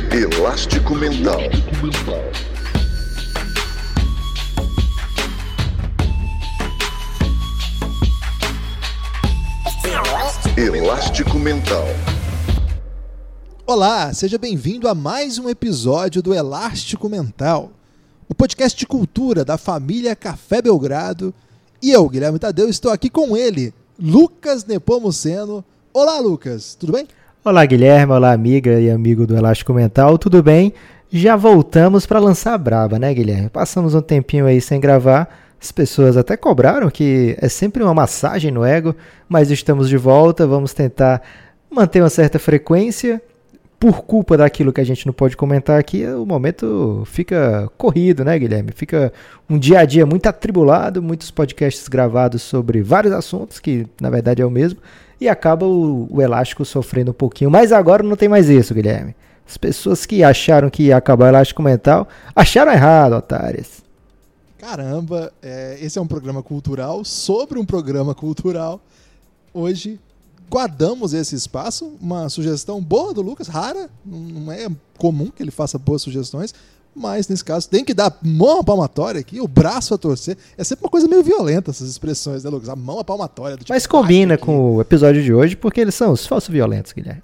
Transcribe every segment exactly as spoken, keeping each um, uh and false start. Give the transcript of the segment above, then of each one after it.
Elástico Mental. Elástico Mental. Olá, seja bem-vindo a mais um episódio do Elástico Mental, o podcast de cultura da família Café Belgrado. E eu, Guilherme Tadeu, estou aqui com ele, Lucas Nepomuceno. Olá, Lucas, tudo bem? Olá, Guilherme, olá, amiga e amigo do Elástico Mental, tudo bem? Já voltamos para lançar a braba, né, Guilherme? Passamos um tempinho aí sem gravar, as pessoas até cobraram que é sempre uma massagem no ego, mas estamos de volta, vamos tentar manter uma certa frequência. Por culpa daquilo que a gente não pode comentar aqui, o momento fica corrido, né, Guilherme? Fica um dia a dia muito atribulado, muitos podcasts gravados sobre vários assuntos, que na verdade é o mesmo, e acaba o, o Elástico sofrendo um pouquinho. Mas agora não tem mais isso, Guilherme. As pessoas que acharam que ia acabar o Elástico Mental, acharam errado, otárias. Caramba, é, esse é um programa cultural sobre um programa cultural. Hoje guardamos esse espaço, uma sugestão boa do Lucas, rara, não é comum que ele faça boas sugestões, mas nesse caso tem que dar mão à palmatória aqui, o braço a torcer. É sempre uma coisa meio violenta essas expressões, né, Lucas? A mão à palmatória. Do tipo, mas combina com o episódio de hoje, porque eles são os falsos violentos, Guilherme.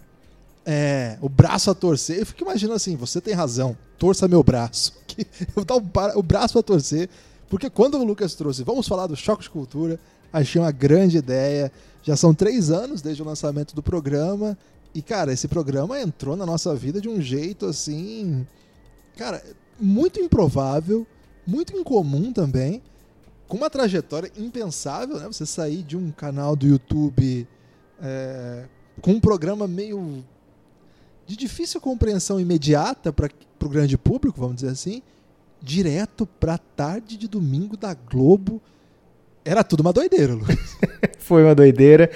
É, o braço a torcer. Eu fico imaginando assim, você tem razão, torça meu braço. Eu vou dar o braço a torcer, porque quando o Lucas trouxe, vamos falar do Choque de Cultura, achei uma grande ideia. Já são três anos desde o lançamento do programa. E, cara, esse programa entrou na nossa vida de um jeito, assim, cara, muito improvável, muito incomum também, com uma trajetória impensável, né? Você sair de um canal do YouTube é, com um programa meio de difícil compreensão imediata para o grande público, vamos dizer assim, direto para a tarde de domingo da Globo. Era tudo uma doideira, Lucas. Foi uma doideira.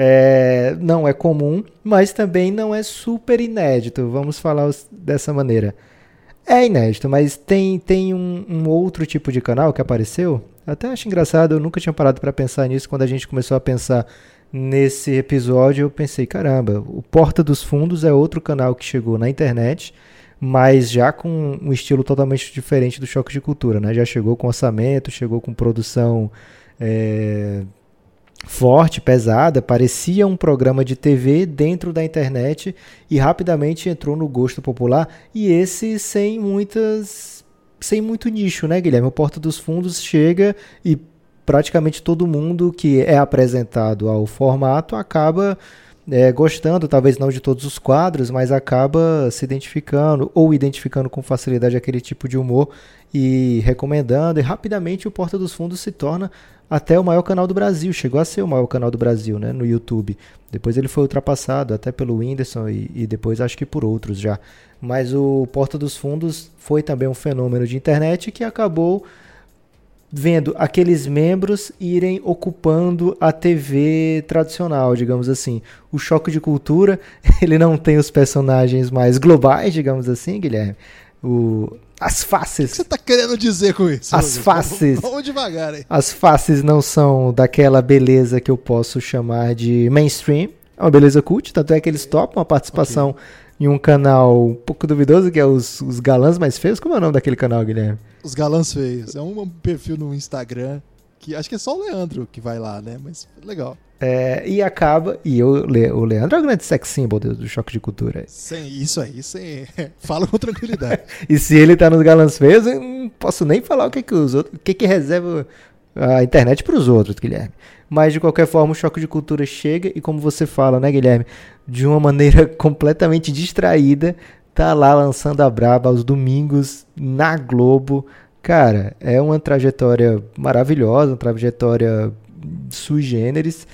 É, não é comum, mas também não é super inédito. Vamos falar dessa maneira. É inédito, mas tem, tem um, um outro tipo de canal que apareceu. Até acho engraçado, eu nunca tinha parado para pensar nisso. Quando a gente começou a pensar nesse episódio, eu pensei, caramba, o Porta dos Fundos é outro canal que chegou na internet, mas já com um estilo totalmente diferente do Choque de Cultura, né? Já chegou com orçamento, chegou com produção É, forte, pesada, parecia um programa de T V dentro da internet e rapidamente entrou no gosto popular, e esse sem muitas sem muito nicho, né, Guilherme? O Porta dos Fundos chega e praticamente todo mundo que é apresentado ao formato acaba é, gostando, talvez não de todos os quadros, mas acaba se identificando ou identificando com facilidade aquele tipo de humor e recomendando, e rapidamente o Porta dos Fundos se torna até o maior canal do Brasil, chegou a ser o maior canal do Brasil, né, no YouTube. Depois ele foi ultrapassado até pelo Whindersson e, e depois acho que por outros já. Mas o Porta dos Fundos foi também um fenômeno de internet que acabou vendo aqueles membros irem ocupando a T V tradicional, digamos assim. O Choque de Cultura, ele não tem os personagens mais globais, digamos assim, Guilherme. O... As faces... O que você está querendo dizer com isso? As faces... Vamos devagar aí. As faces não são daquela beleza que eu posso chamar de mainstream. É uma beleza cult, tanto é que eles topam a participação okay. em um canal um pouco duvidoso, que é os, os Galãs Mais Feios. Como é o nome daquele canal, Guilherme? Os Galãs Feios. É um, um perfil no Instagram, que acho que é só o Leandro que vai lá, né? Mas legal. É, e acaba... E o, o Leandro é o grande sex symbol do, do Choque de Cultura. Sem isso aí, sem... Fala com tranquilidade. E se ele tá nos Galãs Feios, eu não posso nem falar o que que os outros... O que que reserva a internet para os outros, Guilherme. Mas, de qualquer forma, o Choque de Cultura chega e, como você fala, né, Guilherme? De uma maneira completamente distraída, tá lá lançando a braba aos domingos na Globo. Cara, é uma trajetória maravilhosa, uma trajetória sui generis,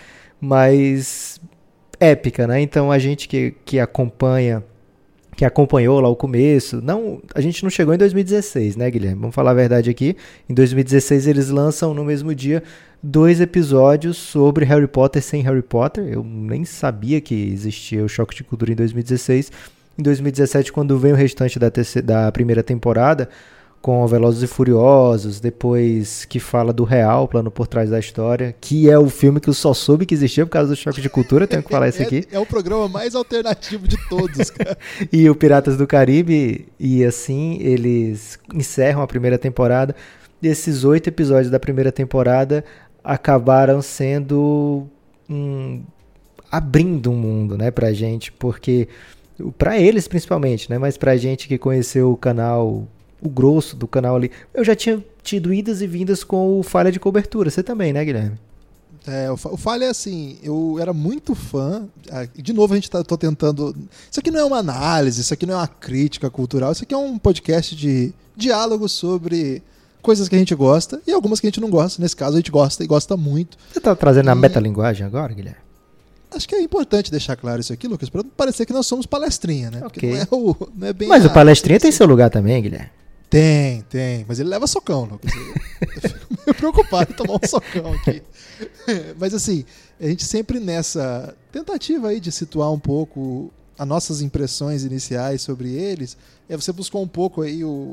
mas épica, né? Então a gente que, que acompanha, que acompanhou lá o começo, não, a gente não chegou em dois mil e dezesseis, né, Guilherme? Vamos falar a verdade aqui. Em dois mil e dezesseis eles lançam no mesmo dia dois episódios sobre Harry Potter sem Harry Potter. Eu nem sabia que existia o Choque de Cultura em dois mil e dezesseis. Em dois mil e dezessete, quando vem o restante da, terceira, da primeira temporada, com Velozes e Furiosos, depois que fala do real plano por trás da história, que é o filme que eu só soube que existia por causa do Choque de Cultura, tenho que falar isso aqui. É, é o programa mais alternativo de todos, cara. E o Piratas do Caribe, e assim eles encerram a primeira temporada, e esses oito episódios da primeira temporada acabaram sendo um, abrindo um mundo, né, pra gente, porque pra eles principalmente, né, mas pra gente que conheceu o canal, o grosso do canal ali, eu já tinha tido idas e vindas com o Falha de Cobertura, você também, né, Guilherme? É, o Falha é assim, eu era muito fã, de novo a gente tá tô tentando, isso aqui não é uma análise, isso aqui não é uma crítica cultural, isso aqui é um podcast de diálogo sobre coisas que a gente gosta e algumas que a gente não gosta, nesse caso a gente gosta e gosta muito. Você tá trazendo e... a metalinguagem agora, Guilherme? Acho que é importante deixar claro isso aqui, Lucas, para não parecer que nós somos palestrinha, né? Okay. Não é o, não é bem mas a... o palestrinha tem seu lugar também, Guilherme? Tem, tem, mas ele leva socão, Lucas. Eu fico meio preocupado em tomar um socão aqui. Mas assim, a gente sempre nessa tentativa aí de situar um pouco as nossas impressões iniciais sobre eles, é você buscou um pouco aí o,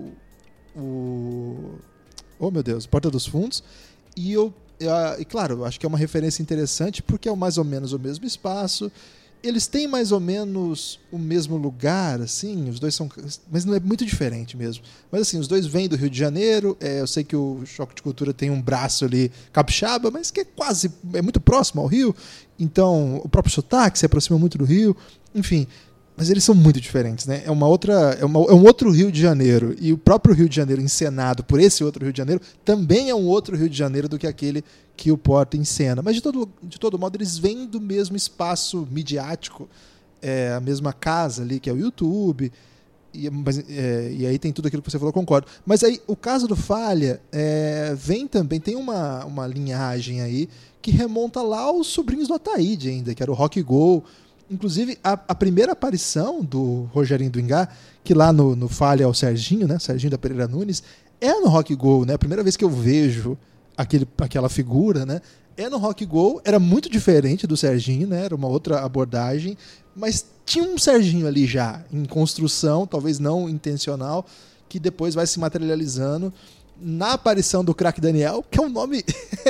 o oh meu Deus, Porta dos Fundos, e eu, eu e claro, eu acho que é uma referência interessante porque é mais ou menos o mesmo espaço. Eles têm mais ou menos o mesmo lugar, assim, os dois são... Mas não é muito diferente mesmo. Mas assim, os dois vêm do Rio de Janeiro, é, eu sei que o Choque de Cultura tem um braço ali capixaba, mas que é quase, é muito próximo ao Rio, então o próprio sotaque se aproxima muito do Rio, enfim... Mas eles são muito diferentes, né? É, uma outra, é, uma, é um outro Rio de Janeiro. E o próprio Rio de Janeiro encenado por esse outro Rio de Janeiro também é um outro Rio de Janeiro do que aquele que o Porta encena. Mas, de todo, de todo modo, eles vêm do mesmo espaço midiático, é, a mesma casa ali, que é o YouTube. E, mas, é, e aí tem tudo aquilo que você falou, concordo. Mas aí, o caso do Falha é, vem também, tem uma, uma linhagem aí que remonta lá aos sobrinhos do Ataíde ainda, que era o Rock Go. Inclusive, a, a primeira aparição do Rogerinho do Ingá, que lá no, no Falha é o Serginho, né? Serginho da Pereira Nunes, é no Rock Go, né? A primeira vez que eu vejo aquele, aquela figura, né? É no Rock Go, era muito diferente do Serginho, né? Era uma outra abordagem, mas tinha um Serginho ali já, em construção, talvez não intencional, que depois vai se materializando na aparição do Craque Daniel, que é um nome...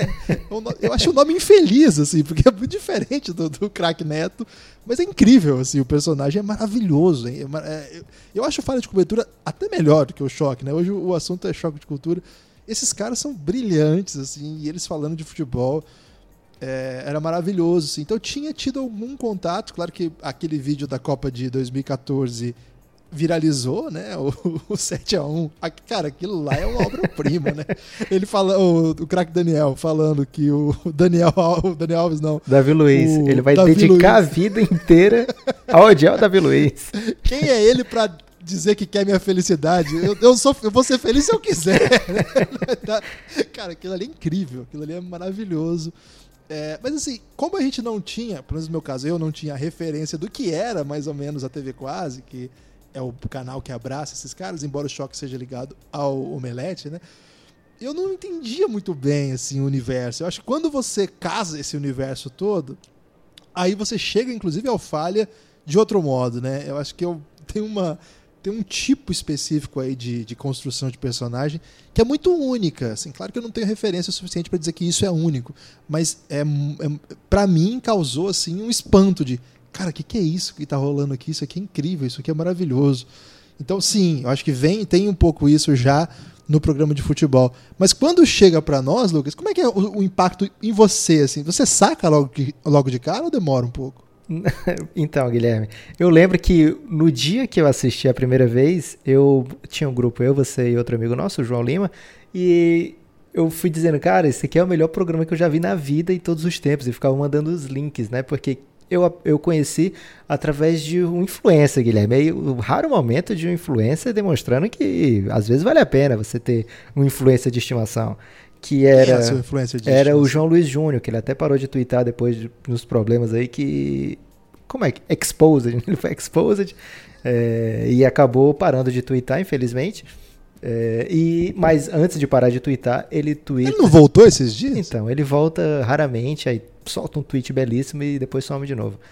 eu acho um nome infeliz, assim, porque é muito diferente do, do Craque Neto, mas é incrível, assim, o personagem é maravilhoso. Hein? É, eu acho o Falha de Cobertura até melhor do que o Choque, né? Hoje o assunto é Choque de Cultura. Esses caras são brilhantes, assim, e eles falando de futebol é, era maravilhoso, assim. Então eu tinha tido algum contato, claro que aquele vídeo da Copa de dois mil e catorze... viralizou, né, o, o sete a um. Cara, aquilo lá é uma obra-prima, né? Ele fala, o, o Craque Daniel falando que o Daniel, o Daniel Alves não. Davi Luiz, o ele vai Davi dedicar Luiz. A vida inteira a odiar o Davi Luiz. Quem é ele pra dizer que quer minha felicidade? Eu, eu, sou, eu vou ser feliz se eu quiser. Cara, aquilo ali é incrível, aquilo ali é maravilhoso. É, mas assim, como a gente não tinha, pelo menos no meu caso, eu não tinha a referência do que era mais ou menos a T V Quase, que é o canal que abraça esses caras, embora o Choque seja ligado ao Omelete, né? Eu não entendia muito bem assim, o universo. Eu acho que quando você casa esse universo todo, aí você chega, inclusive, ao Falha de outro modo, né? Eu acho que eu tenho uma... tem um tipo específico aí de, de construção de personagem que é muito única. Assim, claro que eu não tenho referência suficiente para dizer que isso é único, mas é, é, para mim causou assim, um espanto de cara, o que, que é isso que tá rolando aqui? Isso aqui é incrível, isso aqui é maravilhoso. Então, sim, eu acho que vem, tem um pouco isso já no programa de futebol. Mas quando chega para nós, Lucas, como é que é o, o impacto em você? Assim? Você saca logo, que, logo de cara ou demora um pouco? Então, Guilherme, eu lembro que no dia que eu assisti a primeira vez, eu tinha um grupo, eu, você e outro amigo nosso, o João Lima, e eu fui dizendo, cara, esse aqui é o melhor programa que eu já vi na vida em todos os tempos, e ficava mandando os links, né, porque eu, eu conheci através de um influencer, Guilherme, aí o raro momento de um influencer demonstrando que às vezes vale a pena você ter um influencer de estimação. Que era, é seu influencer de era o João Luiz Júnior, que ele até parou de twittar depois de, nos problemas aí que... Como é que? Exposed, ele foi exposed é, e acabou parando de twittar, infelizmente. É, e, mas antes de parar de twittar, ele twitta... Ele não voltou esses dias? Então, ele volta raramente, aí solta um tweet belíssimo e depois some de novo.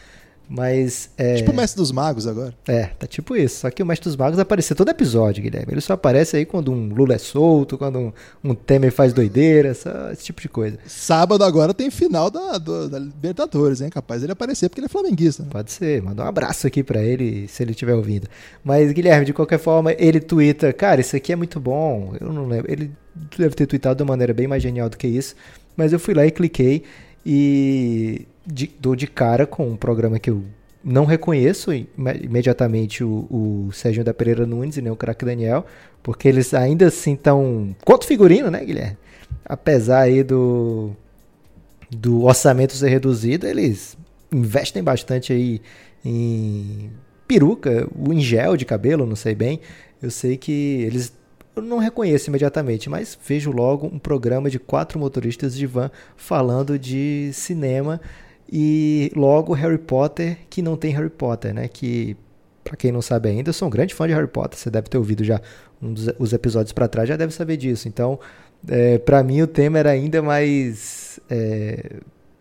Mas é... Tipo o Mestre dos Magos agora. É, tá tipo isso. Só que o Mestre dos Magos aparece todo episódio, Guilherme. Ele só aparece aí quando um Lula é solto, quando um, um Temer faz doideira, só esse tipo de coisa. Sábado agora tem final da, do, da Libertadores, hein? Capaz ele aparecer porque ele é flamenguista. Né? Pode ser. Manda um abraço aqui pra ele, se ele estiver ouvindo. Mas, Guilherme, de qualquer forma, ele tuita, cara, isso aqui é muito bom. Eu não lembro. Ele deve ter tuitado de uma maneira bem mais genial do que isso. Mas eu fui lá e cliquei e de, dou de cara com um programa que eu não reconheço imediatamente o, o Serginho da Pereira Nunes e nem o Craque Daniel, porque eles ainda assim estão... Quanto figurino, né, Guilherme? Apesar aí do, do orçamento ser reduzido, eles investem bastante aí em peruca, em gel de cabelo, não sei bem. Eu sei que eles... Eu não reconheço imediatamente, mas vejo logo um programa de quatro motoristas de van falando de cinema e logo Harry Potter, que não tem Harry Potter, né? Que, pra quem não sabe ainda, eu sou um grande fã de Harry Potter. Você deve ter ouvido já um dos os episódios pra trás, já deve saber disso. Então, é, pra mim o tema era ainda mais... É,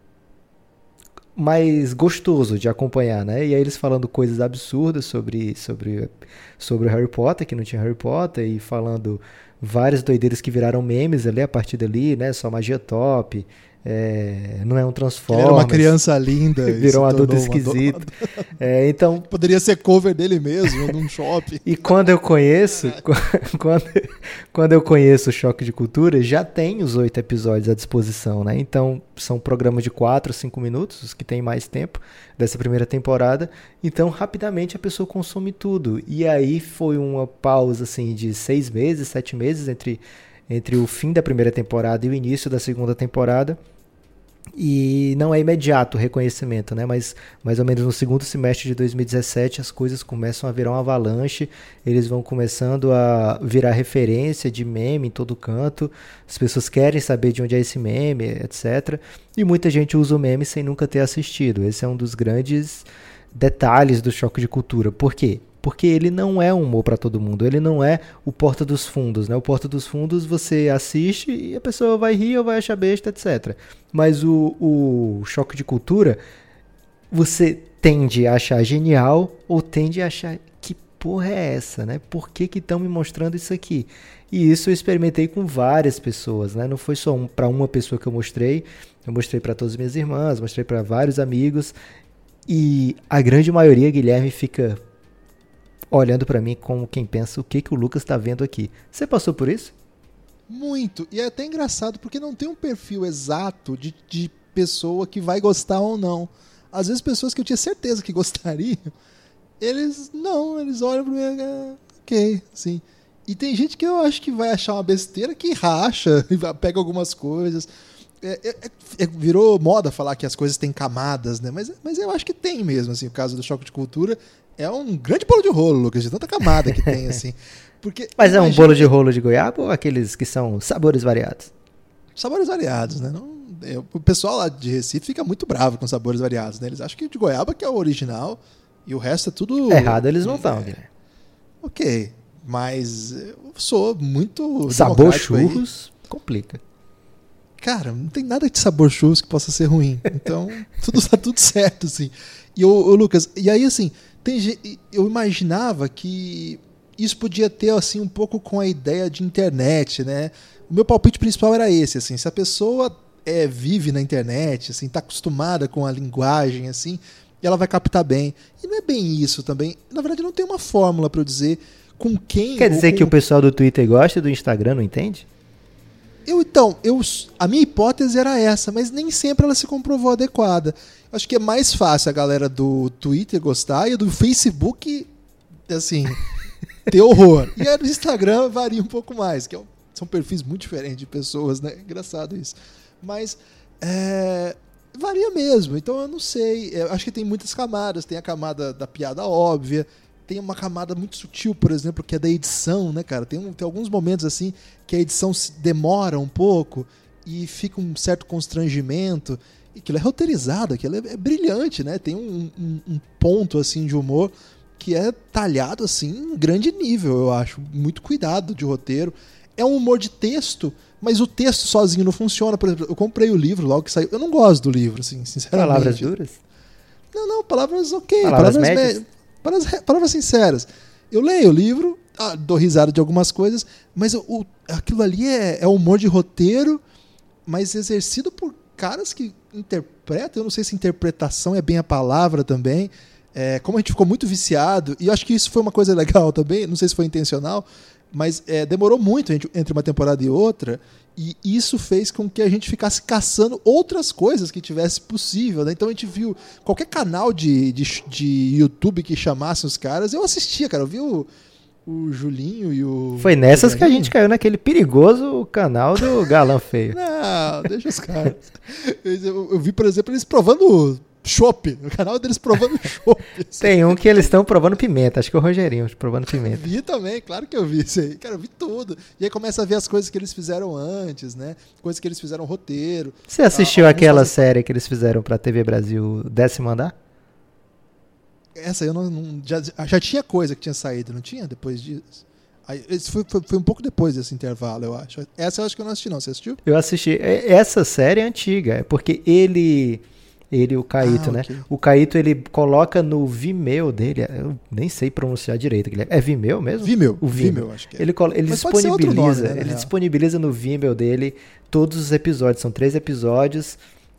mais gostoso de acompanhar, né? E aí eles falando coisas absurdas sobre, sobre, sobre o Harry Potter, que não tinha Harry Potter, e falando várias doideiras que viraram memes ali a partir dali, né? Só magia top, é, não é um Transformers. Ele era uma criança linda. Virou um adulto esquisito. É, então, poderia ser cover dele mesmo, num shopping. E quando eu conheço, quando, quando eu conheço o Choque de Cultura, já tem os oito episódios à disposição, né? Então, são programas de quatro, cinco minutos, os que tem mais tempo dessa primeira temporada. Então, rapidamente a pessoa consome tudo. E aí foi uma pausa, assim, de seis meses, sete meses entre, entre o fim da primeira temporada e o início da segunda temporada. E não é imediato o reconhecimento, né? Mas mais ou menos no segundo semestre de dois mil e dezessete as coisas começam a virar uma avalanche, eles vão começando a virar referência de meme em todo canto, as pessoas querem saber de onde é esse meme, etcétera. E muita gente usa o meme sem nunca ter assistido. Esse é um dos grandes detalhes do Choque de Cultura. Por quê? Porque ele não é um humor para todo mundo, ele não é o Porta dos Fundos, né? O Porta dos Fundos você assiste e a pessoa vai rir ou vai achar besta, etcétera. Mas o, o Choque de Cultura, você tende a achar genial ou tende a achar que porra é essa, né? Por que que estão me mostrando isso aqui? E isso eu experimentei com várias pessoas, né? Não foi só um, para uma pessoa que eu mostrei, eu mostrei para todas as minhas irmãs, mostrei para vários amigos e a grande maioria, Guilherme, fica olhando pra mim como quem pensa o que, que o Lucas tá vendo aqui. Você passou por isso? Muito. E é até engraçado porque não tem um perfil exato de, de pessoa que vai gostar ou não. Às vezes pessoas que eu tinha certeza que gostariam, eles não, eles olham pra mim, é, ok, assim. E tem gente que eu acho que vai achar uma besteira que racha, pega algumas coisas. É, é, é, virou moda falar que as coisas têm camadas, né? Mas, mas eu acho que tem mesmo, assim, o caso do Choque de Cultura é um grande bolo de rolo, Lucas, de tanta camada que tem, assim. Porque, mas é um imagina... bolo de rolo de goiaba ou aqueles que são sabores variados? Sabores variados, né? Não, é, o pessoal lá de Recife fica muito bravo com sabores variados, né? Eles acham que o de goiaba que é o original e o resto é tudo... Errado eles não estão, é, Guilherme. Ok, mas eu sou muito sabor churros aí. Complica. Cara, não tem nada de sabor churros que possa ser ruim. Então, tudo tá tudo certo, assim. E o Lucas, e aí, assim, tem, eu imaginava que isso podia ter, assim, um pouco com a ideia de internet, né? O meu palpite principal era esse, assim, se a pessoa é, vive na internet, assim, tá acostumada com a linguagem, assim, ela vai captar bem. E não é bem isso também. Na verdade, não tem uma fórmula para eu dizer com quem... Quer dizer com... que o pessoal do Twitter gosta e do Instagram não entende? Eu, então, eu, a minha hipótese era essa, mas nem sempre ela se comprovou adequada. Acho que é mais fácil a galera do Twitter gostar e a do Facebook, assim, ter horror. E a do Instagram varia um pouco mais, que é um, são perfis muito diferentes de pessoas, né? Engraçado isso. Mas é, varia mesmo, então eu não sei. Eu acho que tem muitas camadas. Tem a camada da piada óbvia, tem uma camada muito sutil, por exemplo, que é da edição, né, cara? Tem, um, tem alguns momentos, assim, que a edição demora um pouco e fica um certo constrangimento. E aquilo é roteirizado, aquilo é, é brilhante, né? Tem um, um, um ponto, assim, de humor que é talhado, assim, em grande nível, eu acho. Muito cuidado de roteiro. É um humor de texto, mas o texto sozinho não funciona. Por exemplo, eu comprei o livro logo que saiu. Eu não gosto do livro, assim, sinceramente. Palavras duras? Não, não, palavras ok. Palavras Palavras, médias? me- palavras, palavras sinceras. Eu leio o livro, ah, dou risada de algumas coisas, mas o, o- aquilo ali é, é humor de roteiro, mas exercido por caras que interpretam. Eu não sei se interpretação é bem a palavra também. É, como a gente ficou muito viciado, e eu acho que isso foi uma coisa legal também, não sei se foi intencional, mas é, demorou muito entre entre uma temporada e outra, e isso fez com que a gente ficasse caçando outras coisas que tivesse possível, né? Então a gente viu qualquer canal de, de, de YouTube que chamasse os caras, eu assistia, cara, eu vi o, o Julinho e o... Foi nessas o que a gente caiu naquele perigoso canal do Galã Feio. Não, deixa os caras. Eu, eu vi, por exemplo, eles provando chopp, o canal deles provando chopp. assim. Tem um que eles estão provando pimenta, acho que é o Rogerinho provando pimenta. Vi também, claro que eu vi isso aí. Cara, eu vi tudo. E aí começa a ver as coisas que eles fizeram antes, né? Coisas que eles fizeram roteiro. Você assistiu Ah, aquela alguns fazem- série que eles fizeram pra T V Brasil, Décimo Andar? Essa aí eu não. não- já, já tinha coisa que tinha saído, não tinha? Depois disso. Aí, esse foi, foi, foi um pouco depois desse intervalo, eu acho. Essa eu acho que eu não assisti, não. Você assistiu? Eu assisti. É- Essa série é antiga, é porque ele, ele, o Caíto, Ah, né? ok. O Caíto, ele coloca no Vimeo dele, eu nem sei pronunciar direito, Guilherme. É Vimeo mesmo? Vimeo. O Vimeo. Vimeo, acho que é. Ele, colo- ele Mas pode ser outro disponibiliza, nome, né, na ele real. disponibiliza no Vimeo dele todos os episódios, são três episódios.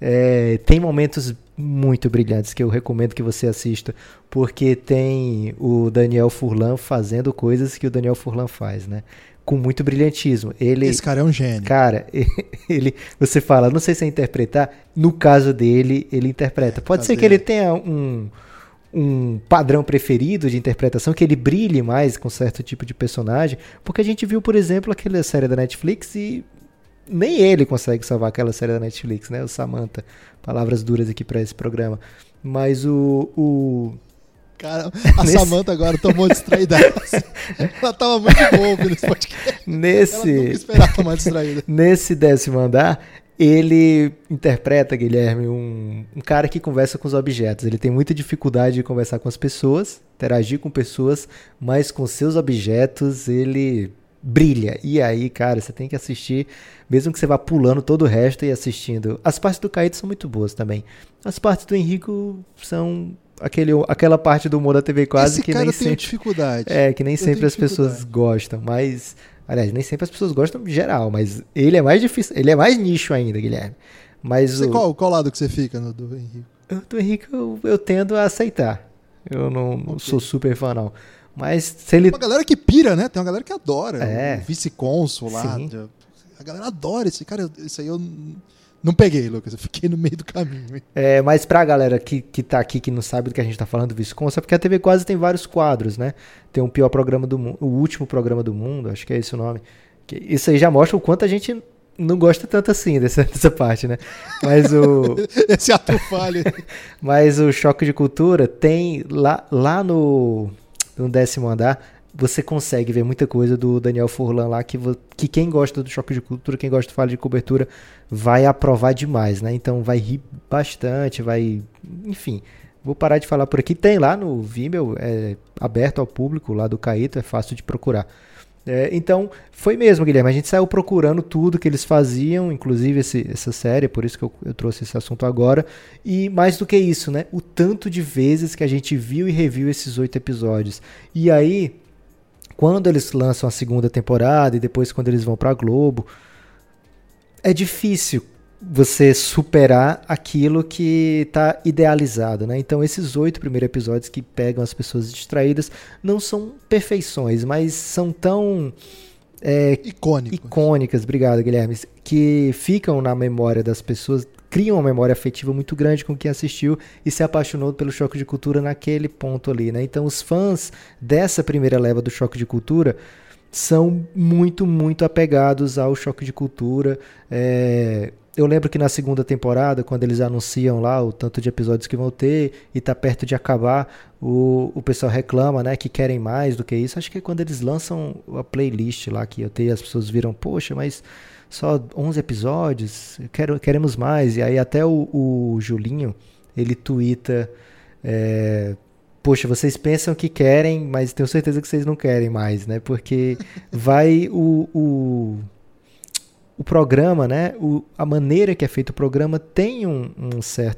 É, tem momentos muito brilhantes que eu recomendo que você assista, porque tem o Daniel Furlan fazendo coisas que o Daniel Furlan faz, né? Com muito brilhantismo. Ele, Esse cara é um gênio. cara, ele, você fala, não sei se é interpretar, no caso dele, ele interpreta. Pode caso ser que dele. ele tenha um, um padrão preferido de interpretação, que ele brilhe mais com certo tipo de personagem, porque a gente viu, por exemplo, aquela série da Netflix e nem ele consegue salvar aquela série da Netflix, né? O Samantha. Palavras duras aqui pra esse programa. Mas o... o... Cara, a Nesse- Samantha agora tomou distraída. Ela tava muito boa ouvindo esse podcast. Ela nunca Nesse... esperava tomar distraída. Nesse Décimo Andar, ele interpreta, Guilherme, um, um cara que conversa com os objetos. Ele tem muita dificuldade de conversar com as pessoas, interagir com pessoas, mas com seus objetos ele brilha. E aí, cara, você tem que assistir, mesmo que você vá pulando todo o resto e assistindo. As partes do Caíto são muito boas também. As partes do Henrico são aquele, aquela parte do humor da T V quase Esse que cara nem eu tenho sempre... dificuldade. É, que nem Eu sempre tenho as pessoas dificuldade. gostam, mas... Aliás, nem sempre as pessoas gostam em geral, mas ele é mais difícil, ele é mais nicho ainda, Guilherme. Mas Você, o qual, qual lado que você fica no do Henrique? eu- do Henrique eu, eu tendo a aceitar. Eu não, não Ok. sou super fã, não. Mas se ele... Tem uma galera que pira, né? Tem uma galera que adora. É. O vice-cônsul lá. Sim. A galera adora esse cara. Isso aí eu n- não peguei, Lucas. Eu fiquei no meio do caminho. É, mas pra galera que, que tá aqui, que não sabe do que a gente tá falando do Visconso, é porque a T V Quase tem vários quadros, né? Tem o pior programa do mundo, o último programa do mundo, acho que é esse o nome. Que isso aí já mostra o quanto a gente não gosta tanto assim dessa, dessa parte, né? Mas o... Esse ato falha. Mas o Choque de Cultura tem lá, lá no, no Décimo Andar, você consegue ver muita coisa do Daniel Furlan lá que, vo- que quem gosta do Choque de Cultura, quem gosta de Fala de Cobertura, vai aprovar demais, né? Então vai rir bastante, vai... Enfim, vou parar de falar por aqui. Tem lá no Vimeo, é aberto ao público lá do Caíto, é fácil de procurar. É, então, foi mesmo, Guilherme. A gente saiu procurando tudo que eles faziam, inclusive esse, essa série, por isso que eu, eu trouxe esse assunto agora. E mais do que isso, né? O tanto de vezes que a gente viu e reviu esses oito episódios. E aí, quando eles lançam a segunda temporada e depois quando eles vão pra Globo, é difícil você superar aquilo que está idealizado, né? Então esses oito primeiros episódios que pegam as pessoas distraídas não são perfeições, mas são tão é, Icônico. icônicas, obrigado Guilherme, que ficam na memória das pessoas, criam uma memória afetiva muito grande com quem assistiu e se apaixonou pelo Choque de Cultura naquele ponto ali, né? Então os fãs dessa primeira leva do Choque de Cultura são muito, muito apegados ao Choque de Cultura. É... Eu lembro que na segunda temporada, quando eles anunciam lá o tanto de episódios que vão ter e tá perto de acabar, o, o pessoal reclama, né, que querem mais do que isso. Acho que é quando eles lançam a playlist lá que eu tenho, as pessoas viram, poxa, mas só onze episódios, quero, queremos mais. E aí até o, o Julinho, ele tuita, é, poxa, vocês pensam que querem, mas tenho certeza que vocês não querem mais, né, porque vai o... o O programa, né? O, a maneira que é feito o programa tem um, um certo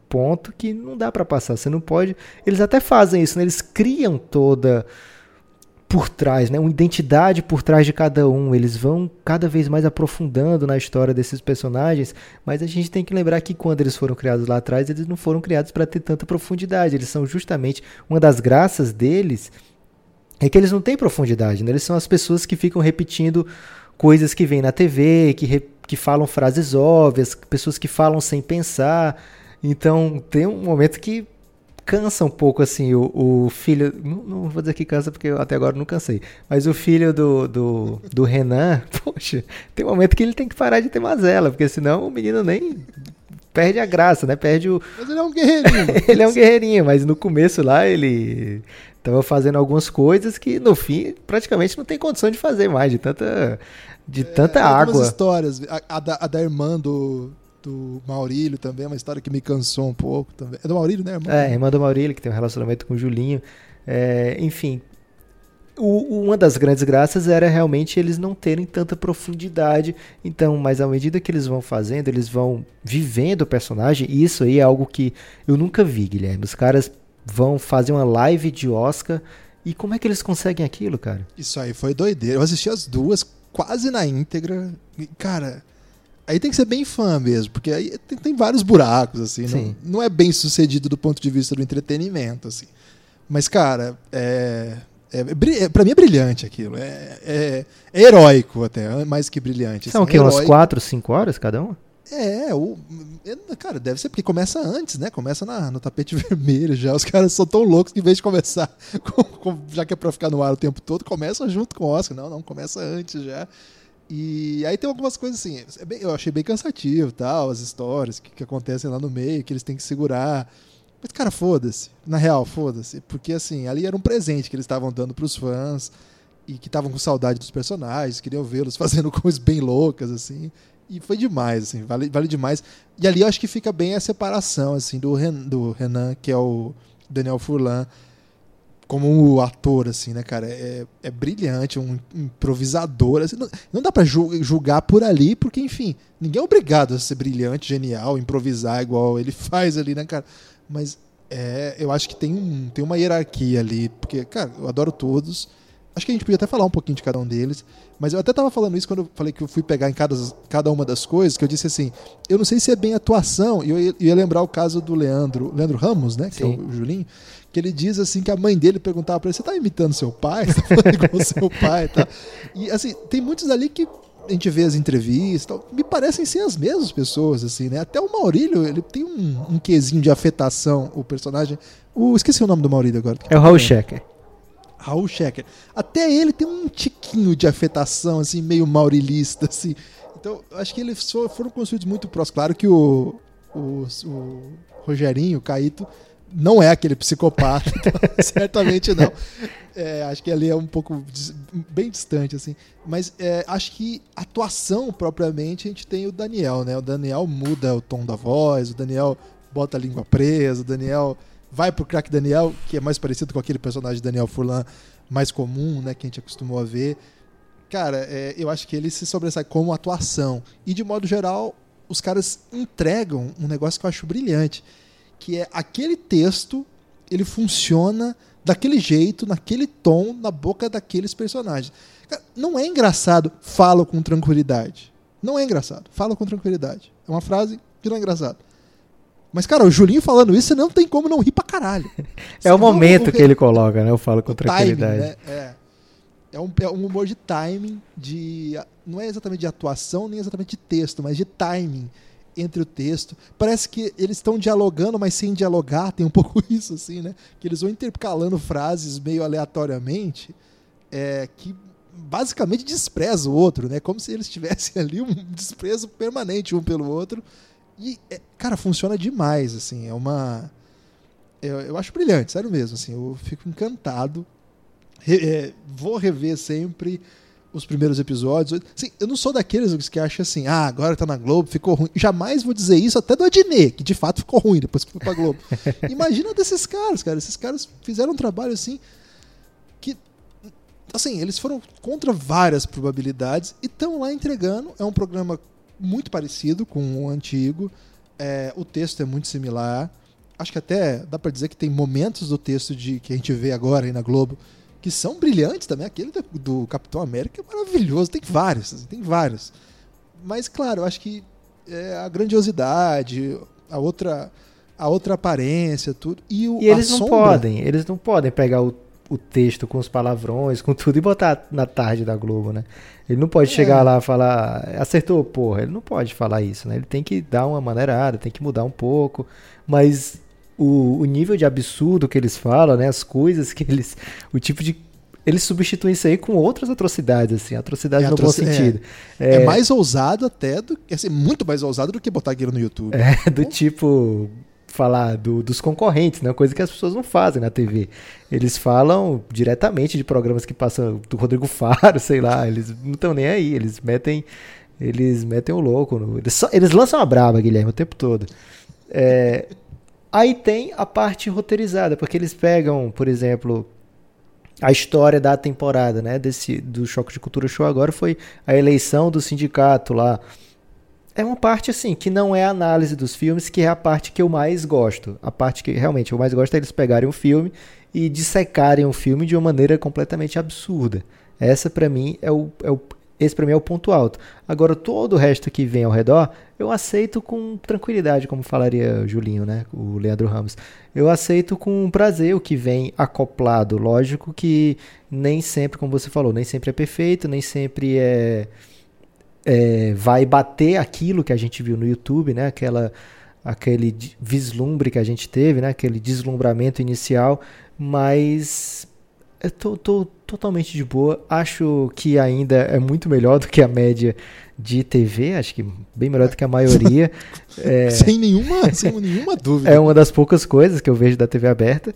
ponto que não dá pra passar. Você não pode... Eles até fazem isso, né? Eles criam toda... por trás, né? Uma identidade por trás de cada um. Eles vão cada vez mais aprofundando na história desses personagens, mas a gente tem que lembrar que quando eles foram criados lá atrás, eles não foram criados para ter tanta profundidade. Eles são justamente... Uma das graças deles é que eles não têm profundidade, né? Eles são as pessoas que ficam repetindo coisas que vêm na T V, que, re... que falam frases óbvias, pessoas que falam sem pensar. Então, tem um momento que cansa um pouco, assim, o, o filho... Não, não vou dizer que cansa, porque eu até agora não cansei. Mas o filho do, do, do Renan, poxa, tem um momento que ele tem que parar de ter mazela, porque senão o menino nem perde a graça, né? Perde o... Mas ele é um guerreirinho. Ele é um guerreirinho, mas no começo lá ele tava fazendo algumas coisas que no fim praticamente não tem condição de fazer mais, de tanta, de tanta é, água. Algumas histórias. A, a, da, a da irmã do... do Maurílio também, é uma história que me cansou um pouco também. É do Maurílio, né, irmão? É, irmã do Maurílio, que tem um relacionamento com o Julinho. É, enfim, o, uma das grandes graças era realmente eles não terem tanta profundidade. Então, mas à medida que eles vão fazendo, eles vão vivendo o personagem, e isso aí é algo que eu nunca vi, Guilherme. Os caras vão fazer uma live de Oscar, e como é que eles conseguem aquilo, cara? Isso aí foi doideira. Eu assisti as duas quase na íntegra. E, cara... Aí tem que ser bem fã mesmo, porque aí tem, tem vários buracos, assim. Não, não é bem sucedido do ponto de vista do entretenimento, assim. Mas, cara, é, é, é, pra mim é brilhante aquilo. É, é, é heróico até, mais que brilhante. São assim, o quê? heróico. Umas quatro, cinco horas cada uma? É, o, é, cara, deve ser porque começa antes, né? Começa na, no tapete vermelho já. Os caras são tão loucos que em vez de começar, com, com, já que é pra ficar no ar o tempo todo, começa junto com o Oscar. Não, não, começa antes já. E aí tem algumas coisas assim, é bem, eu achei bem cansativo, tal, as histórias que, que acontecem lá no meio, que eles têm que segurar. Mas, cara, foda-se. Na real, foda-se. Porque, assim, ali era um presente que eles estavam dando pros fãs e que estavam com saudade dos personagens, queriam vê-los fazendo coisas bem loucas, assim. E foi demais, assim, vale, vale demais. E ali eu acho que fica bem a separação, assim, do, Ren, do Renan, que é o Daniel Furlan, como ator, assim, né, cara? É, é brilhante, um improvisador. Assim, não, não dá pra julgar por ali, porque, enfim, ninguém é obrigado a ser brilhante, genial, improvisar igual ele faz ali, né, cara? Mas é, eu acho que tem, um, tem uma hierarquia ali, porque, cara, eu adoro todos. Acho que a gente podia até falar um pouquinho de cada um deles, mas eu até tava falando isso quando eu falei que eu fui pegar em cada, cada uma das coisas, que eu disse assim, eu não sei se é bem atuação, e eu ia, ia lembrar o caso do Leandro, Leandro Ramos, né, que Sim. é o Julinho, que ele diz assim que a mãe dele perguntava pra ele, você tá imitando seu pai? Você tá falando igual seu pai? Tá? E assim, tem muitos ali que a gente vê as entrevistas, tal, me parecem ser as mesmas pessoas, assim, né? Até o Maurílio, ele tem um, um quesinho de afetação, o personagem. O, esqueci o nome do Maurílio agora. É o Raul Schecker. Raul Schecker. Até ele tem um tiquinho de afetação, assim, meio maurilista, assim. Então, acho que eles foram construídos muito próximos. Claro que o, o, o Rogerinho, o Caíto, não é aquele psicopata, então, certamente não. É, acho que ali é um pouco bem distante, assim. Mas é, acho que atuação propriamente a gente tem o Daniel, né? O Daniel muda o tom da voz, o Daniel bota a língua presa, o Daniel vai pro craque Daniel, que é mais parecido com aquele personagem Daniel Furlan mais comum, né? Que a gente acostumou a ver. Cara, é, eu acho que ele se sobressai como atuação. E de modo geral, os caras entregam um negócio que eu acho brilhante, que é aquele texto, ele funciona daquele jeito, naquele tom, na boca daqueles personagens. Cara, não é engraçado, falo com tranquilidade. Não é engraçado, falo com tranquilidade. É uma frase que não é engraçada. Mas, cara, o Julinho falando isso, você não tem como não rir pra caralho. É o momento o, o, que ele coloca, né? Eu falo com tranquilidade. Timing, né? É. É um, é um humor de timing, de, não é exatamente de atuação, nem exatamente de texto, mas de timing entre o texto. Parece que eles estão dialogando, mas sem dialogar, tem um pouco isso, assim, né? Que eles vão intercalando frases meio aleatoriamente, é, que basicamente despreza o outro, né? Como se eles tivessem ali um desprezo permanente um pelo outro. E, é, cara, funciona demais, assim, é uma... Eu, eu acho brilhante, sério mesmo, assim, eu fico encantado. Re, é, vou rever sempre os primeiros episódios. Assim, eu não sou daqueles que acham assim, ah, agora tá na Globo, ficou ruim. Jamais vou dizer isso até do Adnet, que de fato ficou ruim depois que foi pra Globo. Imagina desses caras, cara. Esses caras fizeram um trabalho assim que, assim, eles foram contra várias probabilidades e estão lá entregando. É um programa muito parecido com o antigo. É, o texto é muito similar. Acho que até dá pra dizer que tem momentos do texto de, que a gente vê agora aí na Globo que são brilhantes também. Aquele do, do Capitão América é maravilhoso. Tem vários, assim, tem vários. Mas, claro, eu acho que é a grandiosidade, a outra, a outra aparência, tudo. E, o, e eles a não sombra... podem, eles não podem pegar o, o texto com os palavrões, com tudo, e botar na tarde da Globo, né? Ele não pode é. chegar lá e falar, acertou, porra. Ele não pode falar isso, né? Ele tem que dar uma maneirada, tem que mudar um pouco. Mas o, o nível de absurdo que eles falam, né? As coisas que eles... O tipo de... Eles substituem isso aí com outras atrocidades, assim. Atrocidades é, no atroci... bom sentido. É, é... é mais ousado até do... É assim, muito mais ousado do que botar aquilo no YouTube. É, do tipo... Falar do, dos concorrentes, né? Coisa que as pessoas não fazem na T V. Eles falam diretamente de programas que passam do Rodrigo Faro, sei lá. Eles não estão nem aí. Eles metem... Eles metem o louco. No... Eles, só... Eles lançam a braba, Guilherme, o tempo todo. É... Aí tem a parte roteirizada, porque eles pegam, por exemplo... A história da temporada, né, desse, do Choque de Cultura Show agora foi a eleição do sindicato lá. É uma parte, assim, que não é a análise dos filmes, que é a parte que eu mais gosto. A parte que realmente eu mais gosto é eles pegarem um filme e dissecarem um filme de uma maneira completamente absurda. Essa, pra mim, é o, é o, esse pra mim é o ponto alto. Agora, todo o resto que vem ao redor, eu aceito com tranquilidade, como falaria o Julinho, né, o Leandro Ramos. Eu aceito com prazer o que vem acoplado. Lógico que nem sempre, como você falou, nem sempre é perfeito, nem sempre é, é vai bater aquilo que a gente viu no YouTube, né? Aquela, aquele vislumbre que a gente teve, né? Aquele deslumbramento inicial, mas eu tô, tô totalmente de boa. Acho que ainda é muito melhor do que a média de T V, acho que bem melhor do que a maioria. É, sem, nenhuma, sem nenhuma dúvida. É uma das poucas coisas que eu vejo da T V aberta.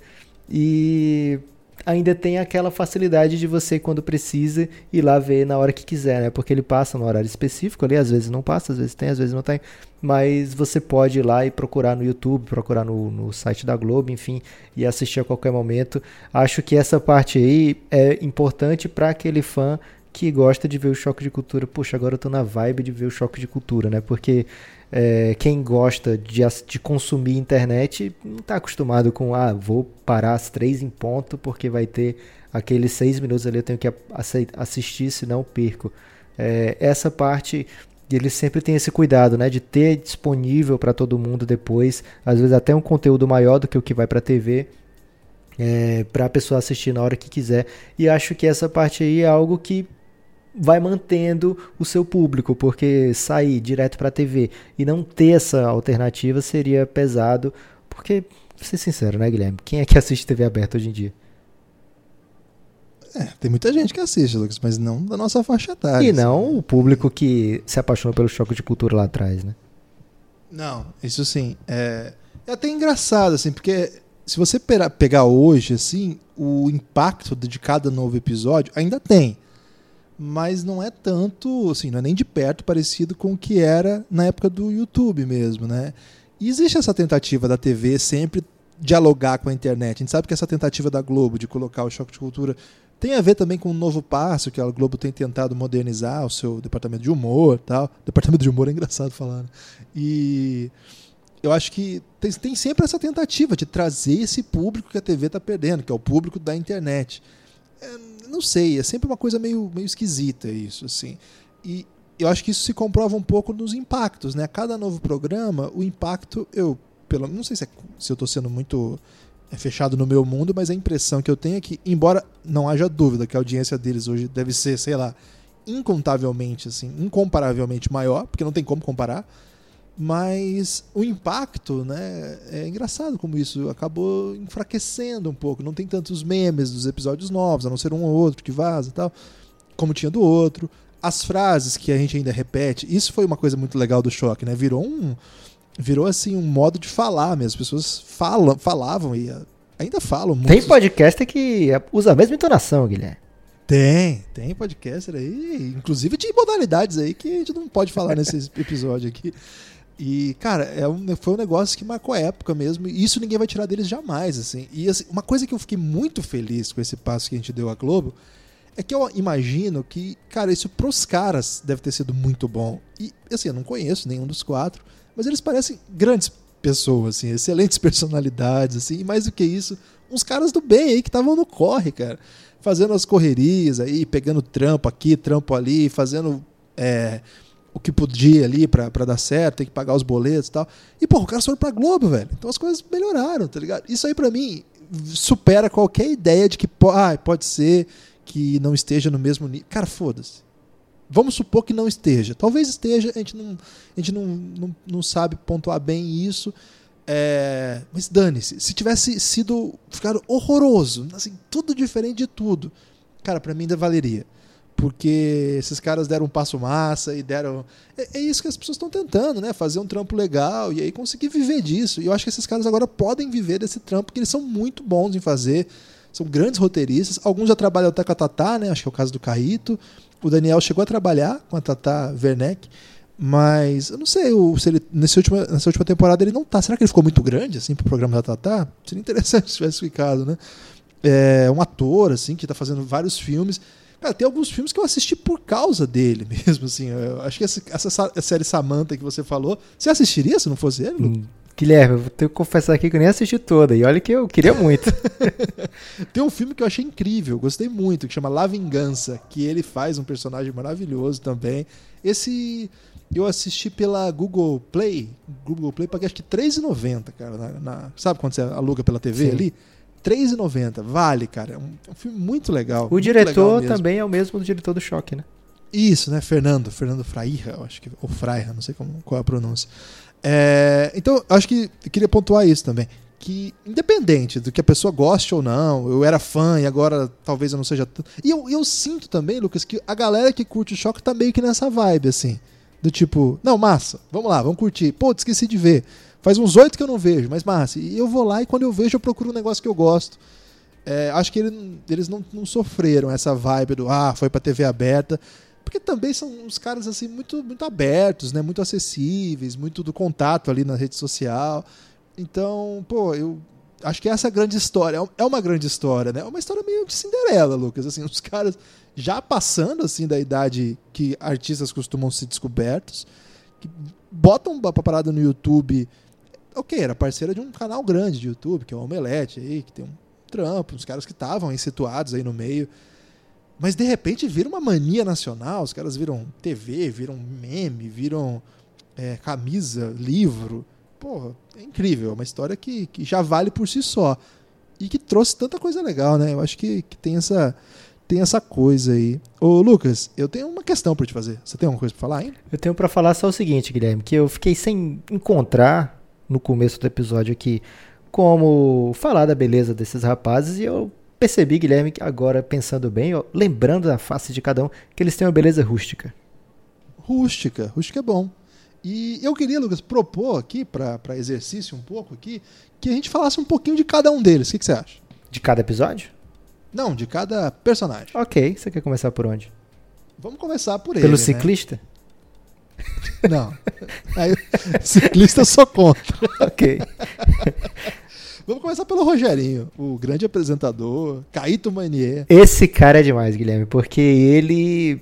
E ainda tem aquela facilidade de você, quando precisa, ir lá ver na hora que quiser, né? Porque ele passa no horário específico ali, às vezes não passa, às vezes tem, às vezes não tem. Mas você pode ir lá e procurar no YouTube, procurar no, no site da Globo, enfim, e assistir a qualquer momento. Acho que essa parte aí é importante para aquele fã que gosta de ver o Choque de Cultura. Puxa, agora eu tô na vibe de ver o Choque de Cultura, né? Porque é, quem gosta de, de consumir internet não tá acostumado com, ah, vou parar às três em ponto porque vai ter aqueles seis minutos ali, eu tenho que assistir, senão perco. É, essa parte, eles sempre têm esse cuidado, né? De ter disponível para todo mundo depois, às vezes até um conteúdo maior do que o que vai pra T V, é, para a pessoa assistir na hora que quiser. E acho que essa parte aí é algo que vai mantendo o seu público, porque sair direto para a T V e não ter essa alternativa seria pesado, porque, vou ser sincero, né, Guilherme? Quem é que assiste T V aberta hoje em dia? É, tem muita gente que assiste, Lucas, mas não da nossa faixa etária. E não assim, o público que se apaixonou pelo Choque de Cultura lá atrás, né? Não, isso sim. É, é até engraçado, assim, porque se você pegar hoje, assim, o impacto de cada novo episódio ainda tem. Mas não é tanto, assim, não é nem de perto parecido com o que era na época do YouTube mesmo, né? E existe essa tentativa da T V sempre dialogar com a internet. A gente sabe que essa tentativa da Globo de colocar o Choque de Cultura tem a ver também com um novo passo que a Globo tem tentado modernizar o seu departamento de humor e tal. Departamento de humor é engraçado falar, né? E eu acho que tem, tem sempre essa tentativa de trazer esse público que a T V está perdendo, que é o público da internet. É, não sei, é sempre uma coisa meio, meio esquisita isso, assim. E eu acho que isso se comprova um pouco nos impactos, né? A cada novo programa, o impacto, eu, pelo, não sei se, é, se eu estou sendo muito é, fechado no meu mundo, mas a impressão que eu tenho é que, embora não haja dúvida que a audiência deles hoje deve ser, sei lá, incontavelmente, assim, incomparavelmente maior, porque não tem como comparar, mas o impacto, né, é engraçado como isso acabou enfraquecendo um pouco. Não tem tantos memes dos episódios novos, a não ser um ou outro que vaza e tal, como tinha do outro. As frases que a gente ainda repete, isso foi uma coisa muito legal do Choque, né? Virou um, virou assim um modo de falar mesmo. As pessoas falam, falavam e ainda falam muito. Tem podcast que usa a mesma entonação, Guilherme. Tem, tem podcaster aí, inclusive de modalidades aí que a gente não pode falar nesse episódio aqui. E, cara, é um, foi um negócio que marcou a época mesmo, e isso ninguém vai tirar deles jamais, assim. E assim, uma coisa que eu fiquei muito feliz com esse passo que a gente deu à Globo é que eu imagino que, cara, isso pros caras deve ter sido muito bom. E, assim, eu não conheço nenhum dos quatro, mas eles parecem grandes pessoas, assim, excelentes personalidades, assim, e mais do que isso, uns caras do bem aí que estavam no corre, cara, fazendo as correrias aí, pegando trampo aqui, trampo ali, fazendo é, o que podia ali pra, pra dar certo, tem que pagar os boletos e tal. E, pô, o cara foram pra Globo, velho. Então as coisas melhoraram, tá ligado? Isso aí pra mim supera qualquer ideia de que ah, pode ser que não esteja no mesmo nível. Cara, foda-se. Vamos supor que não esteja. Talvez esteja, a gente não, a gente não, não, não sabe pontuar bem isso. É, mas dane-se. Se tivesse sido ficado horroroso, assim, tudo diferente de tudo, cara, pra mim ainda valeria. Porque esses caras deram um passo massa e deram... É, é isso que as pessoas estão tentando, né? Fazer um trampo legal e aí conseguir viver disso. E eu acho que esses caras agora podem viver desse trampo, porque eles são muito bons em fazer. São grandes roteiristas. Alguns já trabalham até com a Tatá, né? Acho que é o caso do Caíto. O Daniel chegou a trabalhar com a Tatá Werneck. Mas eu não sei se ele, nessa, última, nessa última temporada ele não tá. Será que ele ficou muito grande assim, pro programa da Tatá? Seria interessante se tivesse ficado, né? É um ator assim, que tá fazendo vários filmes. Cara, tem alguns filmes que eu assisti por causa dele mesmo, assim. Eu acho que essa, essa série Samantha que você falou, você assistiria se não fosse ele, Lu? Hum, Guilherme, eu vou ter que confessar aqui que eu nem assisti toda, e olha que eu queria muito. Tem um filme que eu achei incrível, gostei muito, que chama La Vingança, que ele faz um personagem maravilhoso também. Esse eu assisti pela Google Play, Google Play paguei acho que três reais e noventa centavos, cara. Na, na, sabe quando você aluga pela T V? Sim. Ali? três reais e noventa centavos, vale, cara. É um, é um filme muito legal. O muito diretor legal também é o mesmo do diretor do Choque, né? Isso, né? Fernando. Fernando Fraira, eu acho que. Ou Fraira, não sei como, qual é a pronúncia. É, então, acho que eu queria pontuar isso também. Que, independente do que a pessoa goste ou não, eu era fã e agora talvez eu não seja tanto. E eu, eu sinto também, Lucas, que a galera que curte o Choque tá meio que nessa vibe, assim. Do tipo, não, massa, vamos lá, vamos curtir. Pô, esqueci de ver. Faz uns oito que eu não vejo, mas massa. E eu vou lá e quando eu vejo eu procuro um negócio que eu gosto. É, acho que ele, eles não, não sofreram essa vibe do ah, foi pra T V aberta. Porque também são uns caras assim muito, muito abertos, né? Muito acessíveis, muito do contato ali na rede social. Então, pô, eu acho que essa é a grande história. É uma grande história, né? É uma história meio de Cinderela, Lucas. Assim, os caras já passando assim da idade que artistas costumam ser descobertos, que botam uma parada no YouTube. Ok, era parceira de um canal grande de YouTube, que é o Omelete aí, que tem um trampo, uns caras que estavam aí situados aí no meio. Mas de repente vira uma mania nacional, os caras viram T V, viram meme, viram é, camisa, livro. Porra, é incrível, é uma história que, que já vale por si só. E que trouxe tanta coisa legal, né? Eu acho que, que tem, essa, tem essa coisa aí. Ô Lucas, eu tenho uma questão pra te fazer. Você tem alguma coisa pra falar ainda? Eu tenho pra falar só o seguinte, Guilherme, que eu fiquei sem encontrar no começo do episódio aqui como falar da beleza desses rapazes e eu percebi, Guilherme, que agora pensando bem, ó, lembrando da face de cada um, que eles têm uma beleza rústica. Rústica, rústica é bom. E eu queria, Lucas, propor aqui, para exercício um pouco aqui, que a gente falasse um pouquinho de cada um deles. O que, que você acha? De cada episódio? Não, de cada personagem. Ok, você quer começar por onde? Vamos começar por ele, Pelo né? ciclista? Não. Aí, ciclista eu sou contra. Ok. Vamos começar pelo Rogerinho, o grande apresentador, Caíto Manier. Esse cara é demais, Guilherme, porque ele...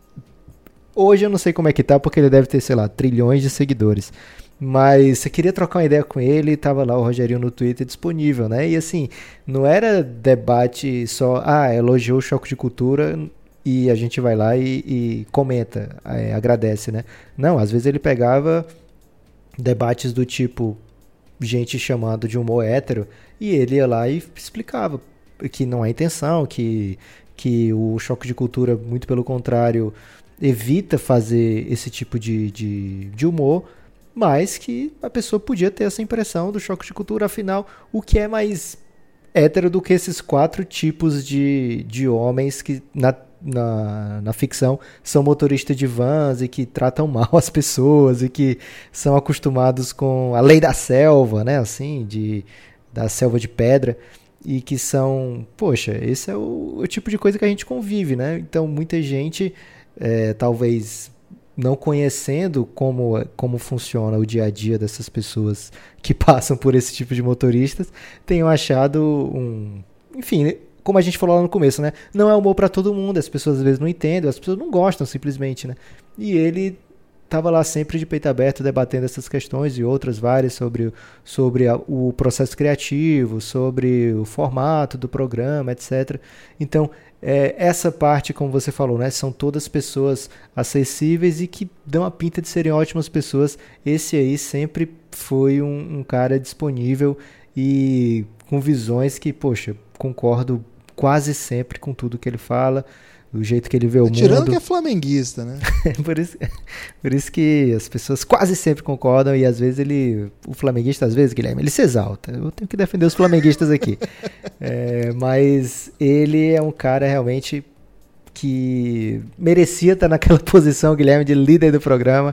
Hoje eu não sei como é que tá, porque ele deve ter, sei lá, trilhões de seguidores. Mas você queria trocar uma ideia com ele, tava lá o Rogerinho no Twitter disponível, né? E assim, não era debate só, ah, elogiou o Choque de Cultura e a gente vai lá e, e comenta, é, agradece, né? Não, às vezes ele pegava debates do tipo... gente chamando de humor hétero, e ele ia lá e explicava que não há intenção, que, que o Choque de Cultura, muito pelo contrário, evita fazer esse tipo de, de, de humor, mas que a pessoa podia ter essa impressão do Choque de Cultura, afinal, o que é mais hétero do que esses quatro tipos de, de homens que na Na, na ficção são motoristas de vans e que tratam mal as pessoas e que são acostumados com a lei da selva, né, assim, de, da selva de pedra, e que são, poxa, esse é o, o tipo de coisa que a gente convive, né? Então muita gente é, talvez não conhecendo como, como funciona o dia a dia dessas pessoas que passam por esse tipo de motoristas, tenham achado um, enfim, como a gente falou lá no começo, né? Não é humor pra todo mundo, as pessoas às vezes não entendem, as pessoas não gostam simplesmente, né? E ele estava lá sempre de peito aberto debatendo essas questões e outras várias sobre, sobre a, o processo criativo, sobre o formato do programa, etcétera. Então, é, essa parte, como você falou, né, são todas pessoas acessíveis e que dão a pinta de serem ótimas pessoas. Esse aí sempre foi um, um cara disponível e com visões que, poxa, concordo quase sempre com tudo que ele fala, do jeito que ele vê o Tirando mundo. que é flamenguista, né? por, isso, por isso que as pessoas quase sempre concordam e às vezes ele, o flamenguista, às vezes, Guilherme, ele se exalta. Eu tenho que defender os flamenguistas aqui. é, mas ele é um cara realmente que merecia estar naquela posição, Guilherme, de líder do programa,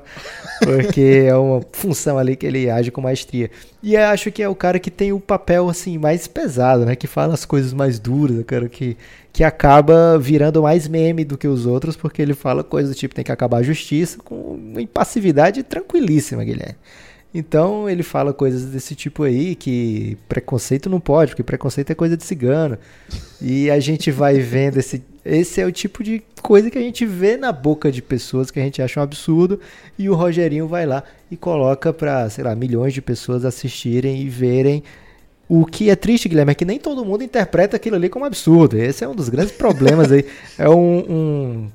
porque é uma função ali que ele age com maestria. E eu acho que é o cara que tem o papel assim mais pesado, né? Que fala as coisas mais duras, o cara que, que acaba virando mais meme do que os outros, porque ele fala coisas do tipo, tem que acabar a justiça, com uma impassividade tranquilíssima, Guilherme. Então ele fala coisas desse tipo aí, que preconceito não pode, porque preconceito é coisa de cigano. E a gente vai vendo esse... Esse é o tipo de coisa que a gente vê na boca de pessoas que a gente acha um absurdo, e o Rogerinho vai lá e coloca para, sei lá, milhões de pessoas assistirem e verem. O que é triste, Guilherme, é que nem todo mundo interpreta aquilo ali como absurdo. Esse é um dos grandes problemas aí. É um, um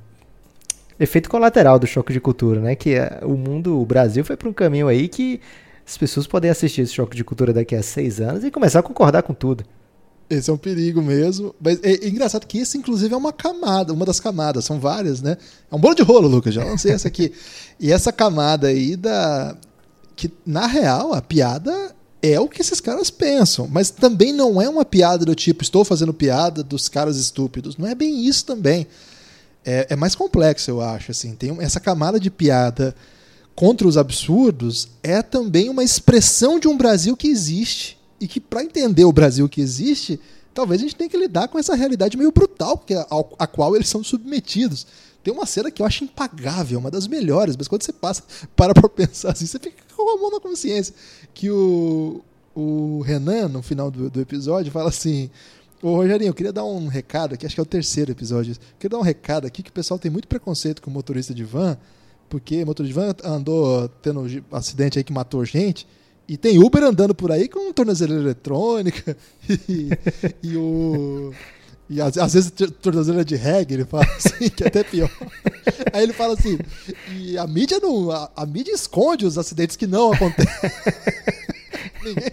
efeito colateral do choque de cultura, né? Que é, o mundo, o Brasil foi para um caminho aí que as pessoas podem assistir esse choque de cultura daqui a seis anos e começar a concordar com tudo. Esse é um perigo mesmo. Mas é, é engraçado que esse, inclusive, é uma camada, uma das camadas, são várias, né? É um bolo de rolo, Lucas, já lancei essa aqui. E essa camada aí da... que, na real, a piada é o que esses caras pensam. Mas também não é uma piada do tipo, estou fazendo piada dos caras estúpidos. Não é bem isso também. É, é mais complexo, eu acho. Assim. Tem essa camada de piada contra os absurdos é também uma expressão de um Brasil que existe. E que, para entender o Brasil que existe, talvez a gente tenha que lidar com essa realidade meio brutal que a, a qual eles são submetidos. Tem uma cena que eu acho impagável, uma das melhores, mas quando você passa, para pra pensar assim, você fica com a mão na consciência. Que o, o Renan, no final do, do episódio, fala assim: ô Rogerinho, eu queria dar um recado aqui, acho que é o terceiro episódio. Eu queria dar um recado aqui que o pessoal tem muito preconceito com o motorista de van, porque o motorista de van andou tendo um acidente aí que matou gente. E tem Uber andando por aí com tornozeleira eletrônica e, e o... E às, às vezes tornozeleira de reggae, ele fala assim, que é até pior. Aí ele fala assim, e a mídia não... A, a mídia esconde os acidentes que não acontecem. Ninguém...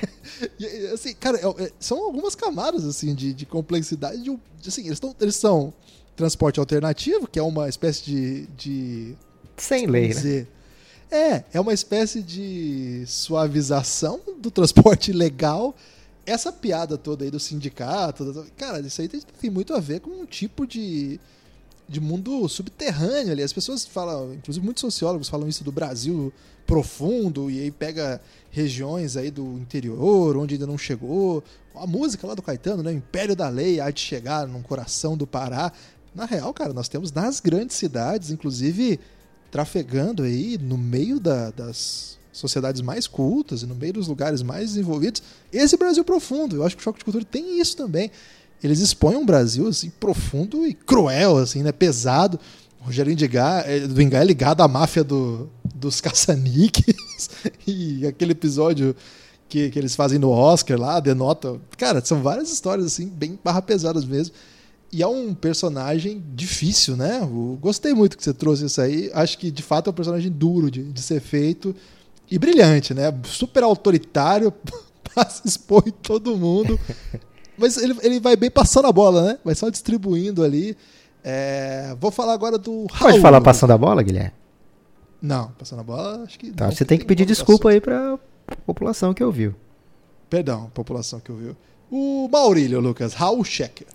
E, assim, cara, é, são algumas camadas assim, de, de complexidade. De, assim, eles, tão, eles são transporte alternativo, que é uma espécie de... de Sem lei, dizer, né? É, é uma espécie de suavização do transporte legal. Essa piada toda aí do sindicato, cara, isso aí tem, tem muito a ver com um tipo de, de mundo subterrâneo ali. As pessoas falam, inclusive muitos sociólogos falam isso do Brasil profundo, e aí pega regiões aí do interior, onde ainda não chegou. A música lá do Caetano, né? O Império da Lei há de chegar no coração do Pará. Na real, cara, nós temos nas grandes cidades, inclusive... trafegando aí no meio da, das sociedades mais cultas e no meio dos lugares mais desenvolvidos, esse Brasil profundo. Eu acho que o Choque de Cultura tem isso também. Eles expõem um Brasil assim, profundo e cruel, assim, né? Pesado. O Rogerinho do Engai é ligado à máfia do, dos caça-níqueis e aquele episódio que, que eles fazem no Oscar lá, denota... Cara, são várias histórias assim, bem barra pesadas mesmo. E é um personagem difícil, né? Eu gostei muito que você trouxe isso aí. Acho que, de fato, é um personagem duro de, de ser feito e brilhante, né? Super autoritário, passa, expõe todo mundo. Mas ele, ele vai bem passando a bola, né? Vai só distribuindo ali. É... Vou falar agora do Raul. Pode falar passando a bola, Guilherme? Não, passando a bola, acho que tá, não. Você tem que pedir desculpa aí pra população que ouviu. Perdão, população que ouviu. O Maurílio, Lucas, Raul Schecker.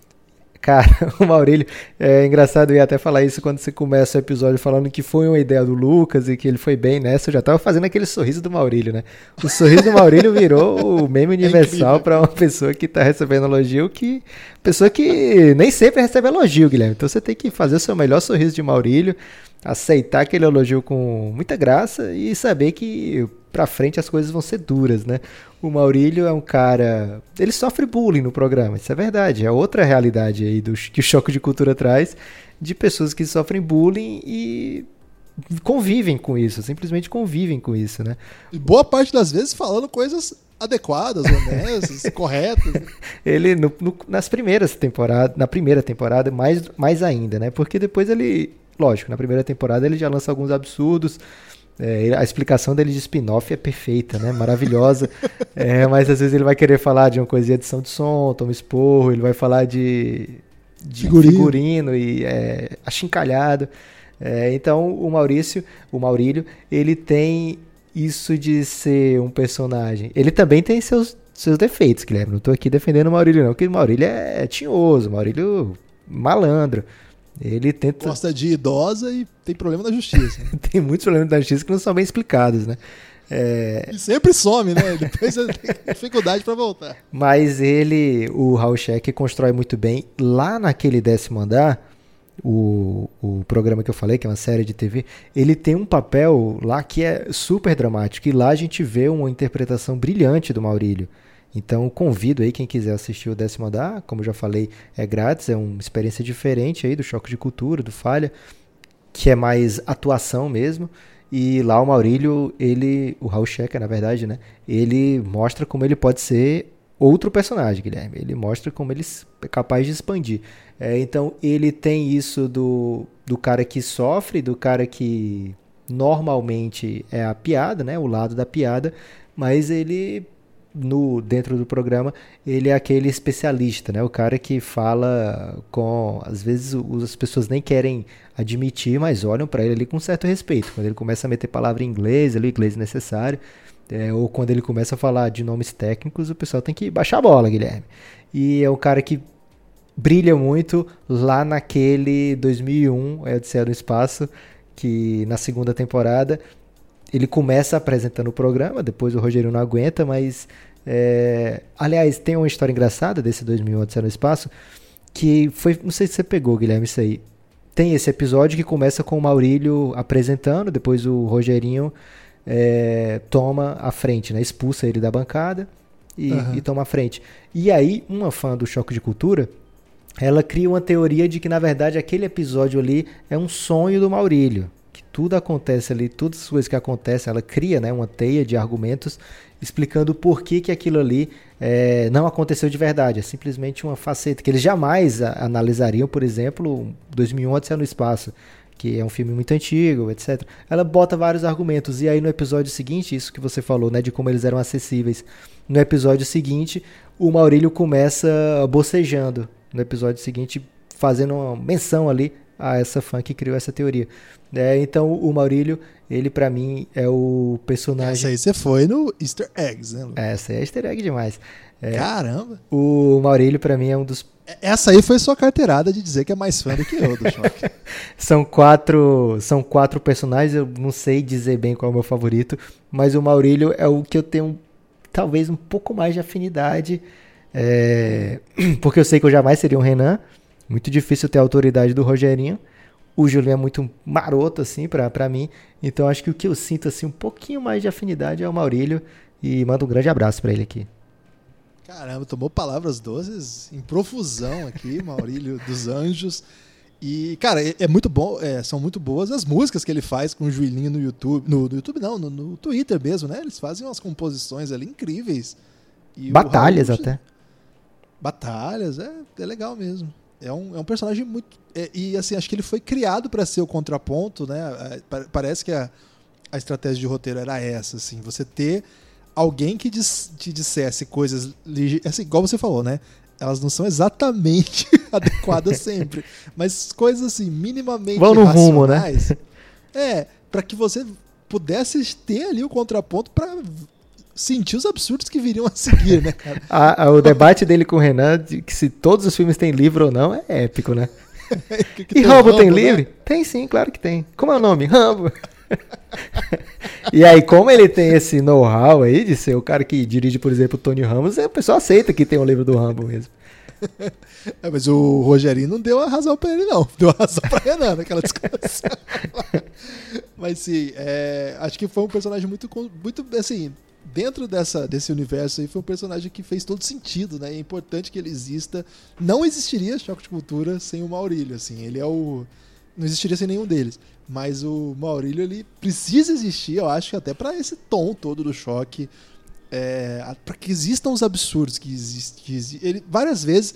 Cara, o Maurílio, é engraçado, eu ia até falar isso quando você começa o episódio falando que foi uma ideia do Lucas e que ele foi bem nessa, eu já tava fazendo aquele sorriso do Maurílio, né? O sorriso do Maurílio virou o meme universal é para uma pessoa que tá recebendo elogio, que pessoa que nem sempre recebe elogio, Guilherme. Então você tem que fazer o seu melhor sorriso de Maurílio, aceitar aquele elogio com muita graça e saber que pra frente as coisas vão ser duras, né? O Maurílio é um cara... Ele sofre bullying no programa, isso é verdade. É outra realidade aí do, que o Choque de Cultura traz, de pessoas que sofrem bullying e convivem com isso, simplesmente convivem com isso, né? E boa parte das vezes falando coisas adequadas, honestas, corretas. Ele, no, no, nas primeiras temporadas, na primeira temporada, mais, mais ainda, né? Porque depois ele, lógico, na primeira temporada ele já lança alguns absurdos. É, a explicação dele de spin-off é perfeita, né? Maravilhosa. É, mas às vezes ele vai querer falar de uma coisa de edição de som, toma esporro, ele vai falar de, de figurino. figurino e é, achincalhado. É, então o Maurício, o Maurílio, ele tem isso de ser um personagem. Ele também tem seus, seus defeitos, Guilherme. Não tô aqui defendendo o Maurílio, não, porque o Maurílio é tinhoso, o Maurílio malandro. Ele tenta... Gosta de idosa e tem problema na justiça. Tem muitos problemas na justiça que não são bem explicados, né? É... E sempre some, né? Depois tem dificuldade para voltar. Mas ele, o Raul Scheck, constrói muito bem. Lá naquele décimo andar, o, o programa que eu falei, que é uma série de T V, ele tem um papel lá que é super dramático. E lá a gente vê uma interpretação brilhante do Maurílio. Então convido aí quem quiser assistir o Décimo Andar, como eu já falei, é grátis, é uma experiência diferente aí do Choque de Cultura, do Falha, que é mais atuação mesmo. E lá o Maurílio, ele, o Raul Scheck, na verdade, né, ele mostra como ele pode ser outro personagem, Guilherme. Ele mostra como ele é capaz de expandir. É, então ele tem isso do, do cara que sofre, do cara que normalmente é a piada, né, o lado da piada, mas ele... No, dentro do programa, ele é aquele especialista, né? O cara que fala com... Às vezes as pessoas nem querem admitir, mas olham para ele ali com certo respeito. Quando ele começa a meter palavra em inglês, ali, inglês necessário, é, ou quando ele começa a falar de nomes técnicos, o pessoal tem que baixar a bola, Guilherme. E é um cara que brilha muito lá naquele dois mil e um, é Odisseia do Espaço, que na segunda temporada... Ele começa apresentando o programa, depois o Rogerinho não aguenta, mas... É... Aliás, tem uma história engraçada desse dois mil e um Odisseia no Espaço, que foi... Não sei se você pegou, Guilherme, isso aí. Tem esse episódio que começa com o Maurílio apresentando, depois o Rogerinho é... toma a frente, né? Expulsa ele da bancada e, uhum. e toma a frente. E aí, uma fã do Choque de Cultura, ela cria uma teoria de que, na verdade, aquele episódio ali é um sonho do Maurílio. Tudo acontece ali, todas as coisas que acontecem, ela cria, né, uma teia de argumentos explicando por que, que aquilo ali é, não aconteceu de verdade. É simplesmente uma faceta que eles jamais a, analisariam, por exemplo, dois mil e um Odisseia no Espaço, que é um filme muito antigo, etcétera. Ela bota vários argumentos e aí no episódio seguinte, isso que você falou, né, de como eles eram acessíveis, no episódio seguinte, o Maurílio começa bocejando, no episódio seguinte, fazendo uma menção ali a essa fã que criou essa teoria. É, então o Maurílio, ele pra mim é o personagem... Essa aí você foi no Easter Eggs, né, Lu? Essa é Easter Egg demais. É, Caramba! O Maurílio pra mim é um dos... Essa aí foi sua carteirada de dizer que é mais fã do que eu do Choque. são, quatro, são quatro personagens, eu não sei dizer bem qual é o meu favorito, mas o Maurílio é o que eu tenho talvez um pouco mais de afinidade, é, porque eu sei que eu jamais seria um Renan, muito difícil ter a autoridade do Rogerinho. O Julinho é muito maroto, assim, pra, pra mim. Então, acho que o que eu sinto, assim, um pouquinho mais de afinidade é o Maurílio. E mando um grande abraço pra ele aqui. Caramba, tomou palavras doces em profusão aqui, Maurílio dos Anjos. E, cara, é, é muito bom, é, são muito boas as músicas que ele faz com o Julinho no YouTube. No, no YouTube não, no, no Twitter mesmo, né? Eles fazem umas composições ali incríveis. E Batalhas Raul, até. Batalhas, é, é legal mesmo. É um, é um personagem muito... É, e assim, acho que ele foi criado para ser o contraponto, né? É, parece que a, a estratégia de roteiro era essa, assim. Você ter alguém que diz, te dissesse coisas... Assim, igual você falou, né? Elas não são exatamente adequadas sempre. Mas coisas assim, minimamente vão no racionais. rumo, né? É, para que você pudesse ter ali o contraponto para... sentir os absurdos que viriam a seguir, né, cara? a, a, o debate dele com o Renan, de que se todos os filmes têm livro ou não, é épico, né? que que e Rambo, Rambo tem livro? Né? Tem sim, claro que tem. Como é o nome? Rambo. E aí, como ele tem esse know-how aí de ser o cara que dirige, por exemplo, o Tony Ramos, o pessoal aceita que tem um livro do Rambo mesmo. É, mas o Rogerinho não deu a razão pra ele, não. Deu a razão pra Renan naquela discussão. Mas sim, é, acho que foi um personagem muito, muito assim... Dentro dessa, desse universo aí, foi um personagem que fez todo sentido, né? É importante que ele exista. Não existiria Choque de Cultura sem o Maurílio, assim. Ele é o... não existiria sem nenhum deles. Mas o Maurílio, ele precisa existir, eu acho, até pra esse tom todo do Choque. É, para que existam os absurdos que existem. Ele, várias vezes,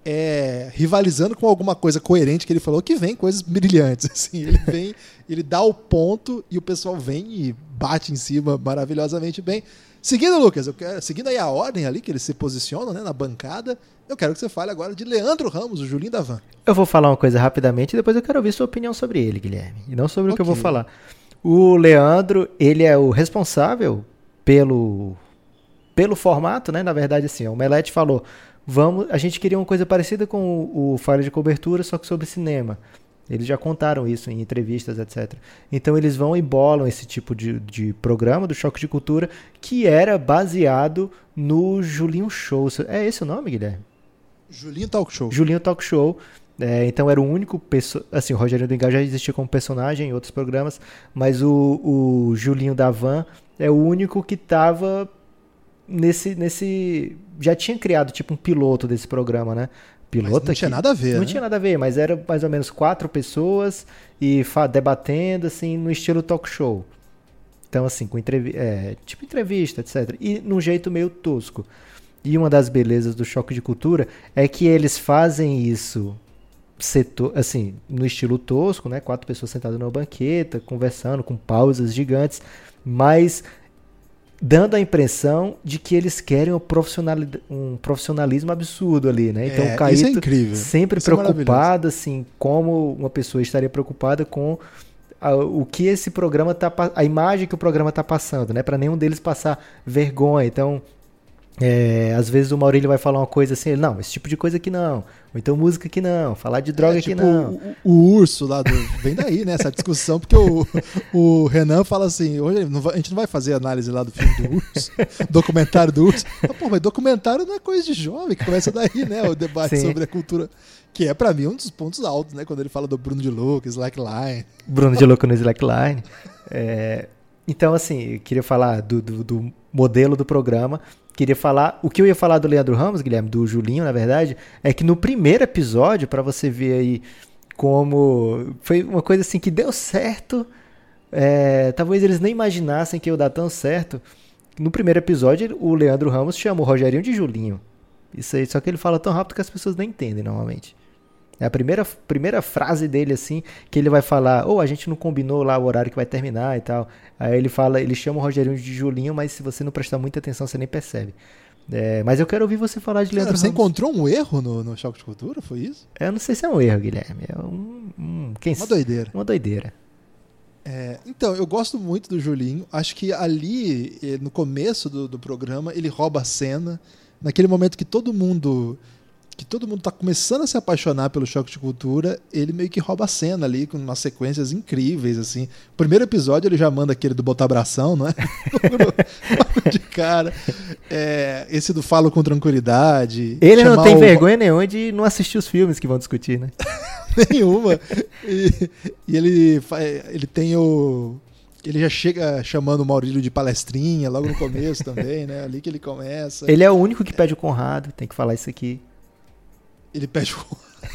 é, rivalizando com alguma coisa coerente que ele falou, que vem coisas brilhantes. Assim, ele vem, ele dá o ponto e o pessoal vem e bate em cima maravilhosamente bem. Seguindo, Lucas, eu quero, seguindo aí a ordem ali que eles se posicionam, né, na bancada, eu quero que você fale agora de Leandro Ramos, o Julinho da Van. Eu vou falar uma coisa rapidamente e depois eu quero ouvir sua opinião sobre ele, Guilherme. E não sobre okay. o que eu vou falar. O Leandro, ele é o responsável pelo, pelo formato, né? Na verdade, assim, o Omelete falou, vamos, a gente queria uma coisa parecida com o, o Falha de Cobertura, só que sobre cinema. Eles já contaram isso em entrevistas, etcétera. Então eles vão e bolam esse tipo de, de programa do Choque de Cultura, que era baseado no Julinho Show. É esse o nome, Guilherme? Julinho Talk Show. Julinho Talk Show. É, então era o único... Perso- assim, o Rogério do Engal já existia como personagem em outros programas, mas o, o Julinho da Van é o único que estava nesse, nesse... Já tinha criado tipo um piloto desse programa, né? Piloto mas não aqui. tinha nada a ver, Não né? tinha nada a ver, mas era mais ou menos quatro pessoas e fa- debatendo, assim, no estilo talk show. Então, assim, com entrevi- é, tipo entrevista, etcétera. E num jeito meio tosco. E uma das belezas do Choque de Cultura é que eles fazem isso setor, assim, no estilo tosco, né? Quatro pessoas sentadas numa banqueta, conversando, com pausas gigantes, mas dando a impressão de que eles querem um, profissionali- um profissionalismo absurdo ali, né? Então é, o Caíto é incrível. sempre isso preocupado, é assim, como uma pessoa estaria preocupada com a, o que esse programa tá, a imagem que o programa tá passando, né? Para nenhum deles passar vergonha. Então, é, às vezes o Maurílio vai falar uma coisa assim, não, esse tipo de coisa aqui não, ou então música aqui não, falar de droga é, aqui tipo, não. O, o urso lá do... Vem daí, né, essa discussão, porque o, o Renan fala assim, hoje não vai, a gente não vai fazer análise lá do filme do urso, documentário do urso. Mas, pô, mas documentário não é coisa de jovem, que começa daí, né, o debate Sim. sobre a cultura, que é pra mim um dos pontos altos, né, quando ele fala do Bruno de Luca, Slackline. Bruno de Luca no Slackline. É, então, assim, eu queria falar do, do, do modelo do programa. Queria falar, o que eu ia falar do Leandro Ramos, Guilherme, do Julinho, na verdade, é que no primeiro episódio, para você ver aí como foi uma coisa assim que deu certo, é, talvez eles nem imaginassem que ia dar tão certo. No primeiro episódio, o Leandro Ramos chama o Rogerinho de Julinho. Isso aí, só que ele fala tão rápido que as pessoas nem entendem normalmente. É a primeira, primeira frase dele, assim, que ele vai falar, ou oh, a gente não combinou lá o horário que vai terminar e tal. Aí ele fala, ele chama o Rogerinho de Julinho, mas se você não prestar muita atenção, você nem percebe. É, mas eu quero ouvir você falar de Leandro Cara, você Ramos. encontrou um erro no, no Choque de Cultura? Foi isso? Eu não sei se é um erro, Guilherme. É um, um, quem Uma doideira. Uma doideira. É, então, eu gosto muito do Julinho. Acho que ali, no começo do, do programa, ele rouba a cena. Naquele momento que todo mundo... que todo mundo tá começando a se apaixonar pelo Choque de Cultura, ele meio que rouba a cena ali, com umas sequências incríveis, assim. O primeiro episódio ele já manda aquele do botar abração, não é? de cara. É, esse do Falo com Tranquilidade. Ele não tem o... vergonha nenhuma de não assistir os filmes que vão discutir, né? Nenhuma. E, e ele, ele tem o... Ele já chega chamando o Maurílio de palestrinha, logo no começo também, né? Ali que ele começa. Ele é o único que pede o Conrado, tem que falar isso aqui. Ele pede o...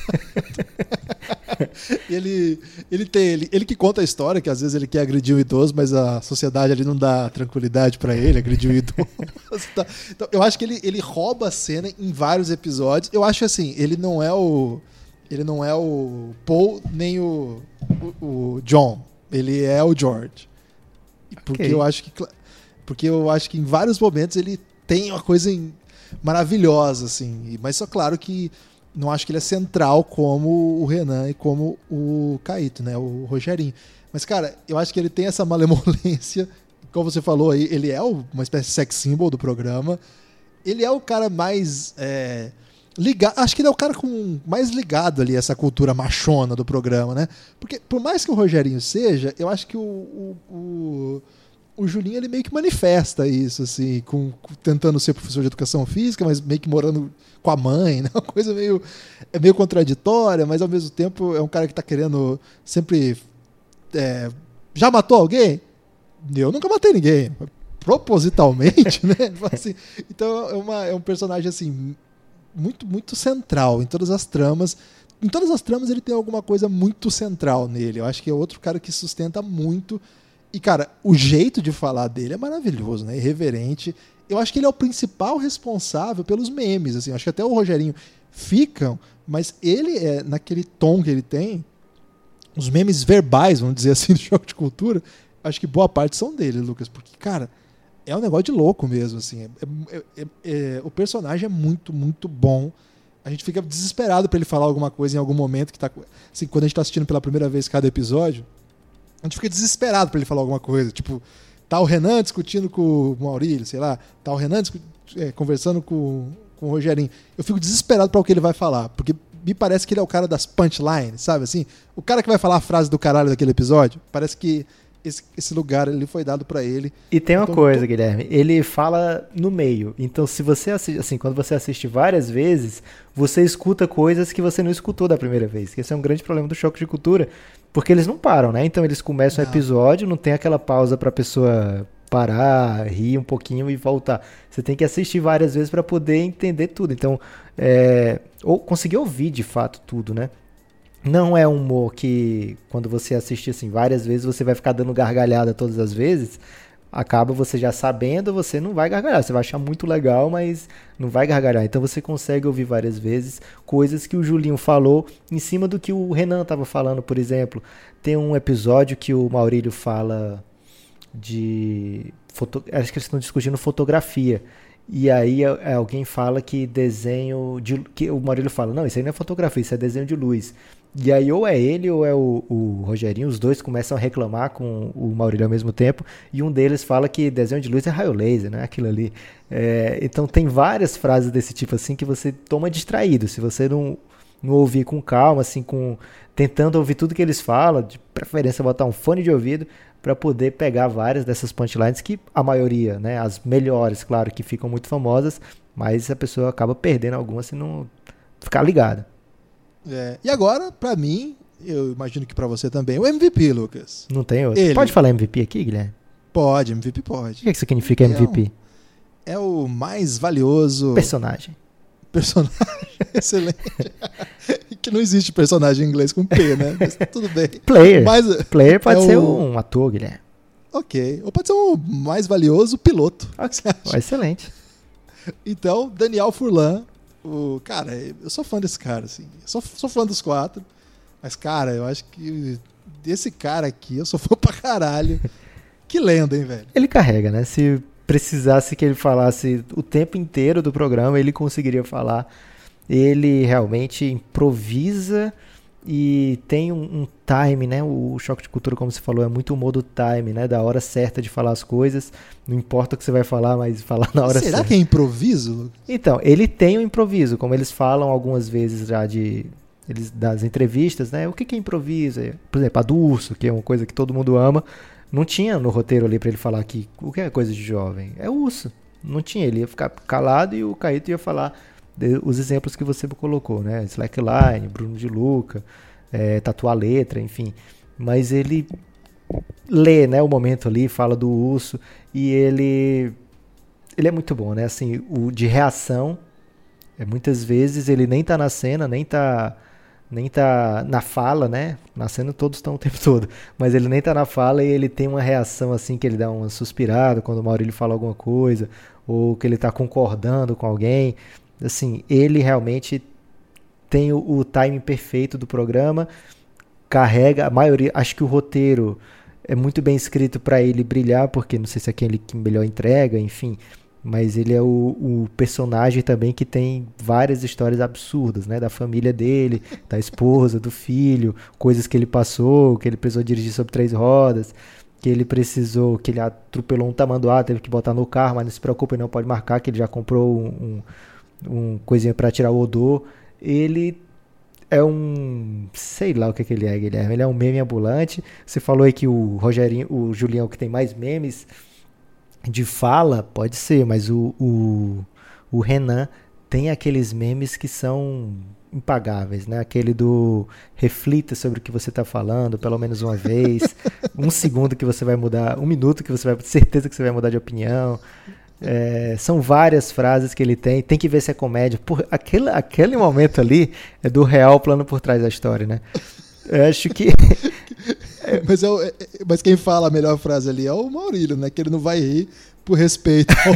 ele, ele tem ele, ele que conta a história, que às vezes ele quer agredir um idoso, mas a sociedade ali não dá tranquilidade pra ele, agredir o idoso. Tá. Então, eu acho que ele, ele rouba a cena em vários episódios. Eu acho assim, ele não é o ele não é o Paul nem o, o, o John. Ele é o George. Porque okay. eu acho que porque eu acho que em vários momentos ele tem uma coisa maravilhosa assim, mas só claro que não acho que ele é central como o Renan e como o Caíto, né? O Rogerinho. Mas, cara, eu acho que ele tem essa malemolência. Como você falou aí, ele é uma espécie de sex symbol do programa. Ele é o cara mais é, ligado. Acho que ele é o cara com, mais ligado ali a essa cultura machona do programa, né? Porque, por mais que o Rogerinho seja, eu acho que o, o, o, o Julinho ele meio que manifesta isso, assim, com, com, tentando ser professor de educação física, mas meio que morando com a mãe, né? Uma coisa meio, é meio contraditória, mas ao mesmo tempo é um cara que tá querendo sempre... É, já matou alguém? Eu nunca matei ninguém. Propositalmente, né? Assim, então é, uma, é um personagem assim muito, muito central em todas as tramas. em todas as tramas ele tem alguma coisa muito central nele. Eu acho que é outro cara que sustenta muito. E, cara, o jeito de falar dele é maravilhoso, né? Irreverente. Eu acho que ele é o principal responsável pelos memes, assim. Eu acho que até o Rogerinho ficam, mas ele é, naquele tom que ele tem, os memes verbais, vamos dizer assim, do Choque de Cultura, acho que boa parte são dele, Lucas, porque, cara, é um negócio de louco mesmo, assim. É, é, é, é, o personagem é muito, muito bom. A gente fica desesperado pra ele falar alguma coisa em algum momento que tá... Assim, quando a gente tá assistindo pela primeira vez cada episódio, a gente fica desesperado pra ele falar alguma coisa. Tipo, tá o Renan discutindo com o Maurílio, sei lá, tá o Renan é, conversando com, com o Rogerinho. Eu fico desesperado pra o que ele vai falar, porque me parece que ele é o cara das punchlines, sabe assim? O cara que vai falar a frase do caralho daquele episódio, parece que esse, esse lugar ele foi dado pra ele. E tem uma então, coisa, tô... Guilherme, ele fala no meio. Então, se você assiste, assim, quando você assiste várias vezes, você escuta coisas que você não escutou da primeira vez. Esse é um grande problema do Choque de Cultura, porque eles não param, né? Então, eles começam o episódio, não tem aquela pausa pra pessoa parar, rir um pouquinho e voltar. Você tem que assistir várias vezes para poder entender tudo. Então, é... ou conseguir ouvir de fato tudo, né? Não é um humor que, quando você assiste assim várias vezes, você vai ficar dando gargalhada todas as vezes. Acaba você já sabendo, você não vai gargalhar. Você vai achar muito legal, mas não vai gargalhar. Então você consegue ouvir várias vezes coisas que o Julinho falou em cima do que o Renan estava falando, por exemplo. Tem um episódio que o Maurílio fala de... Foto... Acho que eles estão discutindo fotografia. E aí alguém fala que desenho de... que o Maurílio fala, não, isso aí não é fotografia, isso é desenho de luz. E aí ou é ele ou é o, o Rogerinho, os dois começam a reclamar com o Maurílio ao mesmo tempo, e um deles fala que desenho de luz é raio laser, não é aquilo ali. É, então tem várias frases desse tipo assim que você toma distraído, se você não, não ouvir com calma, assim, com, tentando ouvir tudo que eles falam, de preferência botar um fone de ouvido, para poder pegar várias dessas punchlines que a maioria, né, as melhores, claro, que ficam muito famosas, mas a pessoa acaba perdendo algumas se não ficar ligada. É. E agora, pra mim, eu imagino que pra você também, o M V P, Lucas. Não tem outro. Ele... Pode falar M V P aqui, Guilherme? Pode, M V P pode. O que, é que significa M V P? É, um, é o mais valioso... Personagem. Personagem, excelente. Que não existe personagem em inglês com P, né? Mas tudo bem. Player. Mas Player pode é ser o... um ator, Guilherme. Ok. Ou pode ser o mais valioso piloto. Okay. Excelente. Então, Daniel Furlan, o... cara, eu sou fã desse cara, assim. Eu sou, sou fã dos quatro. Mas, cara, eu acho que desse cara aqui, eu sou fã pra caralho. Que lenda, hein, velho? Ele carrega, né? Se precisasse que ele falasse o tempo inteiro do programa, ele conseguiria falar. Ele realmente improvisa e tem um, um time, né? O Choque de Cultura, como você falou, é muito o modo time, né? Da hora certa de falar as coisas. Não importa o que você vai falar, mas falar na hora Será certa. Será que é improviso? Então, ele tem o improviso, como eles falam algumas vezes já de... Eles, das entrevistas, né? O que, que é improviso? Por exemplo, a do urso, que é uma coisa que todo mundo ama. Não tinha no roteiro ali pra ele falar que o que é coisa de jovem? É urso. Não tinha, ele ia ficar calado e o Caíto ia falar de, os exemplos que você colocou, né? Slackline, Bruno de Luca, é, tatuar letra, enfim. Mas ele lê, né, o momento ali, fala do urso e ele ele é muito bom, né? Assim, o de reação, é, muitas vezes ele nem tá na cena, nem tá nem tá na fala, né? Na cena todos estão o tempo todo, mas ele nem tá na fala e ele tem uma reação assim que ele dá uma suspirada quando o Maurílio fala alguma coisa, ou que ele tá concordando com alguém. Assim, ele realmente tem o, o timing perfeito do programa, carrega a maioria, acho que o roteiro é muito bem escrito para ele brilhar, porque não sei se é aquele que melhor entrega, enfim, mas ele é o, o personagem também que tem várias histórias absurdas, né? Da família dele, da esposa, do filho, coisas que ele passou, que ele precisou dirigir sobre três rodas, que ele precisou, que ele atropelou um tamanduá, teve que botar no carro, mas não se preocupe, não pode marcar, que ele já comprou um, um, um coisinha para tirar o odor. Ele é um... sei lá o que, que ele é, Guilherme. Ele é um meme ambulante. Você falou aí que o Rogerinho, o Julião, que tem mais memes de fala, pode ser, mas o, o, o Renan tem aqueles memes que são impagáveis, né? Aquele do reflita sobre o que você está falando, pelo menos uma vez, um segundo que você vai mudar, um minuto que você vai ter certeza que você vai mudar de opinião. É, são várias frases que ele tem. Tem que ver se é comédia. Por, aquele, aquele momento ali é do real plano por trás da história, né? Eu acho que... mas, é, é, mas quem fala a melhor frase ali é o Maurílio, né? Que ele não vai rir por respeito ao...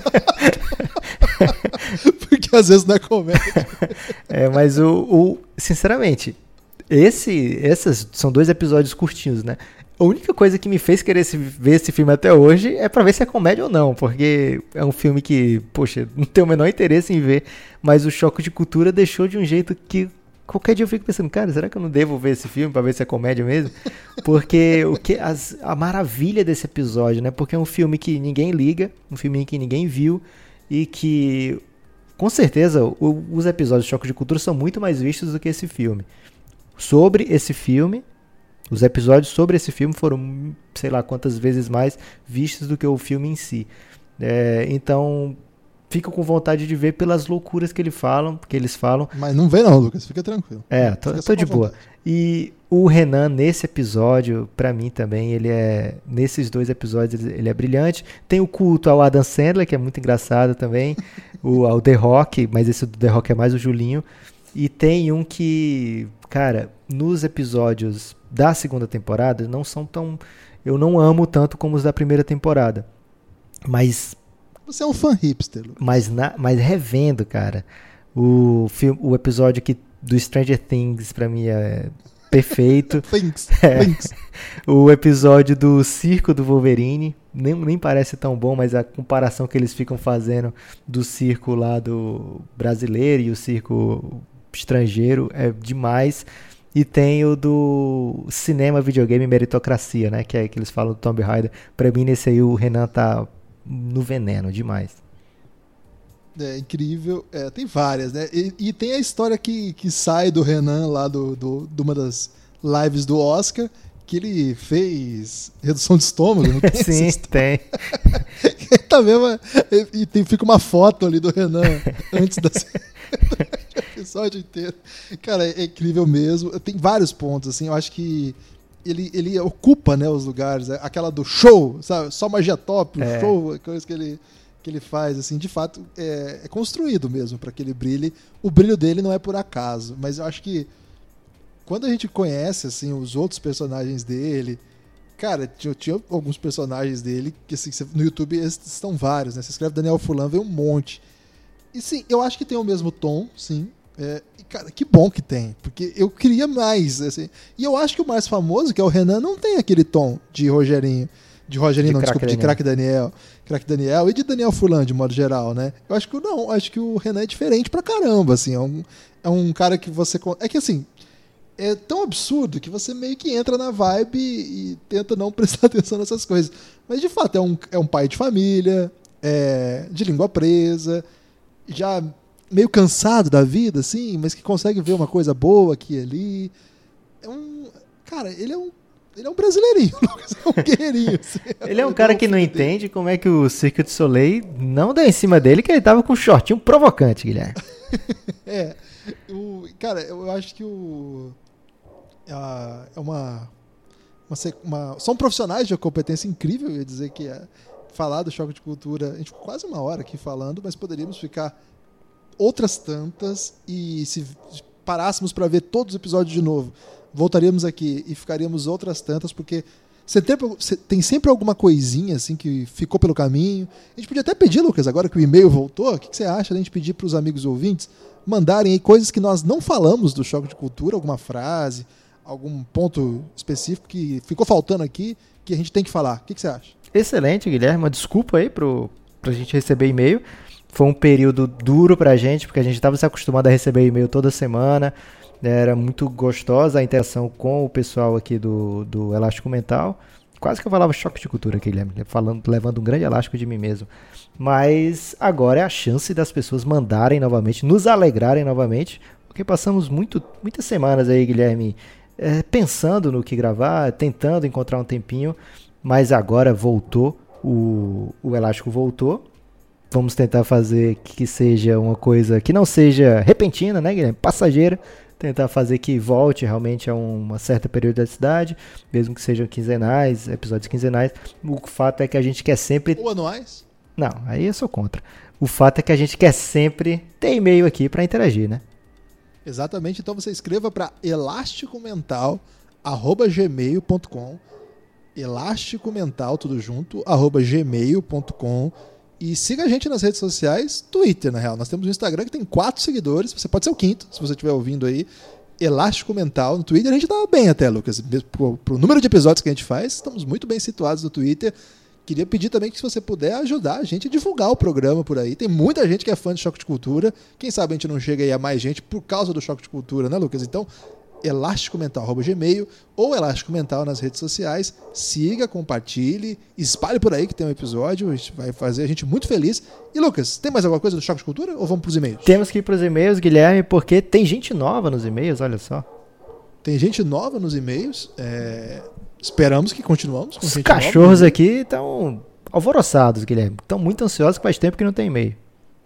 porque às vezes não é comédia. É, mas o, o sinceramente, esse, esses são dois episódios curtinhos, né? A única coisa que me fez querer esse, ver esse filme até hoje é pra ver se é comédia ou não, porque é um filme que, poxa, não tenho o menor interesse em ver, mas o Choque de Cultura deixou de um jeito que qualquer dia eu fico pensando, cara, será que eu não devo ver esse filme pra ver se é comédia mesmo? Porque o que, as, a maravilha desse episódio, né? Porque é um filme que ninguém liga, um filme que ninguém viu e que, com certeza, o, os episódios de Choque de Cultura são muito mais vistos do que esse filme. Sobre esse filme, os episódios sobre esse filme foram, sei lá quantas vezes mais vistos do que o filme em si. É, então, fico com vontade de ver pelas loucuras que, ele falam, que eles falam. Mas não vê não, Lucas, fica tranquilo. É, tô, tô de boa. E o Renan, nesse episódio, pra mim também, ele é... Nesses dois episódios, ele é brilhante. Tem o culto ao Adam Sandler, que é muito engraçado também. o, ao The Rock, mas esse do The Rock é mais o Julinho. E tem um que, cara, nos episódios da segunda temporada não são tão... Eu não amo tanto como os da primeira temporada. Mas... Você é um fã hipster, Lucas. Mas, na, mas revendo, cara, o, filme, o episódio que, do Stranger Things, pra mim, é perfeito. Things, é, Things. O episódio do Circo do Wolverine, nem, nem parece tão bom, mas a comparação que eles ficam fazendo do circo lá do brasileiro e o circo estrangeiro é demais. E tem o do cinema, videogame, meritocracia, né? Que é que eles falam do Tomb Raider. Pra mim, nesse aí, o Renan tá no veneno demais. É incrível. É, tem várias, né? E, e tem a história que, que sai do Renan lá do, do, de uma das lives do Oscar, que ele fez redução de estômago, não tem? Sim, tem. Tá mesmo, e tem, fica uma foto ali do Renan antes da episódio inteiro. Cara, é incrível mesmo. Tem vários pontos, assim, eu acho que ele, ele ocupa, né, os lugares. Aquela do show, sabe? Só magia top, o é. show, coisa que ele, que ele faz, assim, de fato, é, é construído mesmo para que ele brilhe. O brilho dele não é por acaso, mas eu acho que quando a gente conhece, assim, os outros personagens dele... Cara, tinha, tinha alguns personagens dele que, assim, no YouTube estão vários, né? Você escreve Daniel Furlan, vem um monte. E, sim, eu acho que tem o mesmo tom, sim. É, e, cara, que bom que tem, porque eu queria mais, assim. E eu acho que o mais famoso, que é o Renan, não tem aquele tom de Rogerinho. De Rogerinho, de não, desculpa, Daniel. de Craque Daniel. Craque Daniel e de Daniel Furlan, de modo geral, né? Eu acho que não, acho que o Renan é diferente pra caramba, assim. É um, é um cara que você... É que, assim... É tão absurdo que você meio que entra na vibe e tenta não prestar atenção nessas coisas. Mas, de fato, é um, é um pai de família, é, de língua presa, já meio cansado da vida, assim, mas que consegue ver uma coisa boa aqui e ali. É um... Cara, ele é um, ele é um brasileirinho, Lucas, é um guerreirinho. Assim, ele é um cara que não entende como é que o Cirque du Soleil não deu em cima dele, que ele tava com um shortinho provocante, Guilherme. é, o, cara, eu acho que o... é uma, uma, uma... São profissionais de uma competência incrível, eu ia dizer que é falar do Choque de Cultura. A gente ficou quase uma hora aqui falando, mas poderíamos ficar outras tantas e se parássemos para ver todos os episódios de novo, voltaríamos aqui e ficaríamos outras tantas, porque você tem, você tem sempre alguma coisinha assim que ficou pelo caminho. A gente podia até pedir, Lucas, agora que o e-mail voltou, o que, que você acha da gente pedir para os amigos ouvintes mandarem aí coisas que nós não falamos do Choque de Cultura, alguma frase, algum ponto específico que ficou faltando aqui, que a gente tem que falar. O que, que você acha? Excelente, Guilherme. Uma desculpa aí pro, pra gente receber e-mail. Foi um período duro pra gente, porque a gente estava se acostumado a receber e-mail toda semana. Era muito gostosa a interação com o pessoal aqui do, do Elástico Mental. Quase que eu falava Choque de Cultura aqui, Guilherme, falando, levando um grande elástico de mim mesmo. Mas agora é a chance das pessoas mandarem novamente, nos alegrarem novamente, porque passamos muito, muitas semanas aí, Guilherme, É, pensando no que gravar, tentando encontrar um tempinho, mas agora voltou, o, o Elástico voltou. Vamos tentar fazer que seja uma coisa que não seja repentina, né, Guilherme? Passageira. Tentar fazer que volte realmente a uma certa periodicidade, mesmo que sejam quinzenais, episódios quinzenais. O fato é que a gente quer sempre... Ou anuais. Não, aí eu sou contra. O fato é que a gente quer sempre ter e-mail aqui para interagir, né? Exatamente, então você escreva para elasticomental arroba gmail ponto com, elasticomental, tudo junto, arroba gmail ponto com, e siga a gente nas redes sociais, Twitter, na real. Nós temos um Instagram que tem quatro seguidores, você pode ser o quinto, se você estiver ouvindo aí, Elástico Mental no Twitter. A gente tá bem até, Lucas, pro, pro número de episódios que a gente faz, estamos muito bem situados no Twitter. Queria pedir também que, se você puder, ajudar a gente a divulgar o programa por aí. Tem muita gente que é fã de Choque de Cultura. Quem sabe a gente não chega aí a mais gente por causa do Choque de Cultura, né, Lucas? Então, elásticomental arroba gmail ou Elástico Mental nas redes sociais. Siga, compartilhe, espalhe por aí que tem um episódio. Isso vai fazer a gente muito feliz. E, Lucas, tem mais alguma coisa do Choque de Cultura ou vamos pros e-mails? Temos que ir pros e-mails, Guilherme, porque tem gente nova nos e-mails, olha só. Tem gente nova nos e-mails. É... Esperamos que continuamos com Os gente cachorros nova. aqui estão alvoroçados, Guilherme. Estão muito ansiosos que faz tempo que não tem e-mail.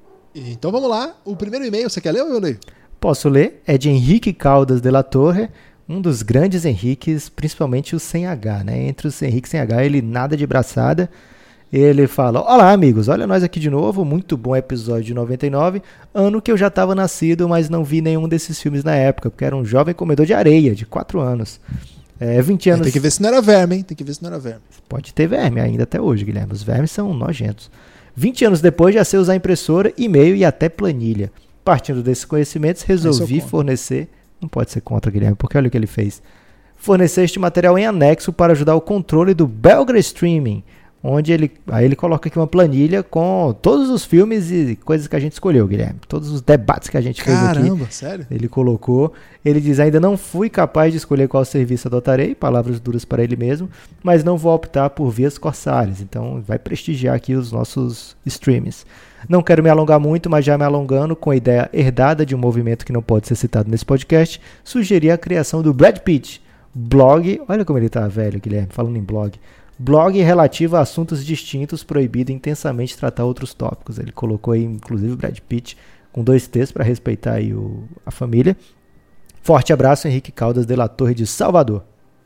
Então vamos lá. O primeiro e-mail, você quer ler ou eu leio? Posso ler? É de Henrique Caldas de la Torre, um dos grandes Henriques, principalmente o sem H, né? Entre os Henriques sem H, ele nada de braçada. Ele fala: olá, amigos, olha nós aqui de novo, muito bom episódio de noventa e nove, ano que eu já estava nascido, mas não vi nenhum desses filmes na época, porque era um jovem comedor de areia, de quatro anos. É, vinte anos... Tem que ver se não era verme, hein? Tem que ver se não era verme. Pode ter verme ainda até hoje, Guilherme. Os vermes são nojentos. vinte anos depois, já sei usar impressora, e-mail e até planilha. Partindo desses conhecimentos, resolvi fornecer... Não pode ser contra, Guilherme, porque olha o que ele fez. Fornecer este material em anexo para ajudar o controle do Belgra Streaming, onde ele... Aí ele coloca aqui uma planilha com todos os filmes e coisas que a gente escolheu, Guilherme. Todos os debates que a gente fez aqui. Caramba, sério? Ele colocou. Ele diz: ainda não fui capaz de escolher qual serviço adotarei, palavras duras para ele mesmo, mas não vou optar por vias corsárias. Então vai prestigiar aqui os nossos streams. Não quero me alongar muito, mas já me alongando, com a ideia herdada de um movimento que não pode ser citado nesse podcast, sugeri a criação do Brad Pitt blog. Olha como ele tá velho, Guilherme, falando em blog. Blog relativo a assuntos distintos, proibido intensamente tratar outros tópicos. Ele colocou aí, inclusive, o Brad Pitt com dois T's para respeitar aí o, a família. Forte abraço, Henrique Caldas de la Torre de Salvador.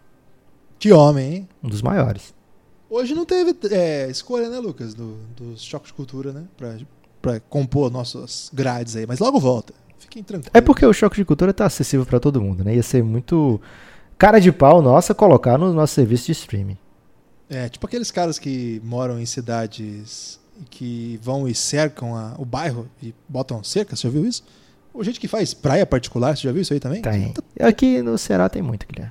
Que homem, hein? Um dos maiores. Hoje não teve é, escolha, né, Lucas, do, dos Choques de Cultura, né? Pra, pra compor nossas grades aí, mas logo volta. Fiquem tranquilos. É porque o Choque de Cultura tá acessível para todo mundo, né? Ia ser muito cara de pau nossa colocar no nosso serviço de streaming. É, tipo aqueles caras que moram em cidades que vão e cercam a, o bairro e botam cerca, você já viu isso? Ou gente que faz praia particular, você já viu isso aí também? Tem. Tá, Aqui no Ceará tem muito, Guilherme.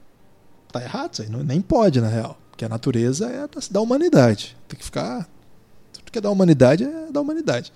tá errado isso aí, não, nem pode, na real. Porque a natureza é da humanidade. Tem que ficar... Tudo que é da humanidade é da humanidade.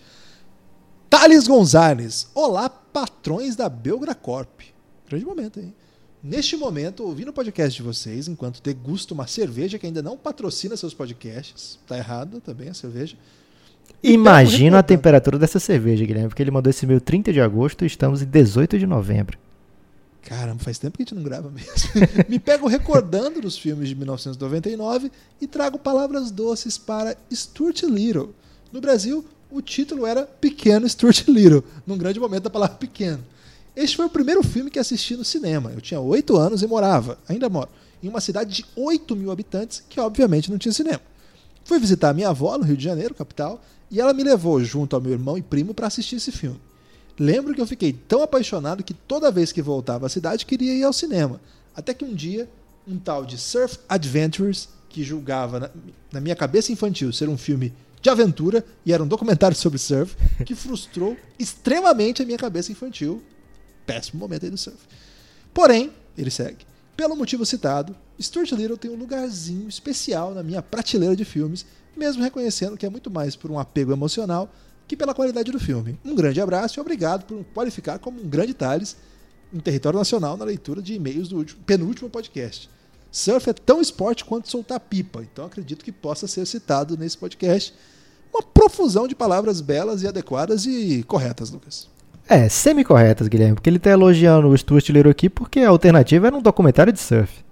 Thales Gonzalez. Olá, patrões da Belgra Corp. Grande momento, hein? Neste momento, ouvindo o podcast de vocês, enquanto degusto uma cerveja que ainda não patrocina seus podcasts. Tá errado também a cerveja. Imagina a temperatura dessa cerveja, Guilherme, porque ele mandou esse e-mail trinta de agosto e estamos em dezoito de novembro. Caramba, faz tempo que a gente não grava mesmo. Me pego recordando dos filmes de mil novecentos e noventa e nove e trago palavras doces para Stuart Little. No Brasil, o título era Pequeno Stuart Little, num grande momento da palavra pequeno. Este foi o primeiro filme que assisti no cinema. Eu tinha oito anos e morava, ainda moro, em uma cidade de oito mil habitantes, que obviamente não tinha cinema. Fui visitar a minha avó no Rio de Janeiro, capital, e ela me levou junto ao meu irmão e primo para assistir esse filme. Lembro que eu fiquei tão apaixonado que toda vez que voltava à cidade queria ir ao cinema. Até que um dia, um tal de Surf Adventures, que julgava na, na minha cabeça infantil ser um filme de aventura, e era um documentário sobre surf, que frustrou extremamente a minha cabeça infantil. Péssimo momento aí do surf. Porém, ele segue. Pelo motivo citado, Stuart Little tem um lugarzinho especial na minha prateleira de filmes, mesmo reconhecendo que é muito mais por um apego emocional que pela qualidade do filme. Um grande abraço e obrigado por qualificar como um grande Thales em território nacional na leitura de e-mails do último, penúltimo podcast. Surf é tão esporte quanto soltar pipa, então acredito que possa ser citado nesse podcast. Uma profusão de palavras belas e adequadas e corretas, Lucas. É, semi-corretas, Guilherme, porque ele tá elogiando o Stuart Little aqui porque a alternativa era um documentário de surf.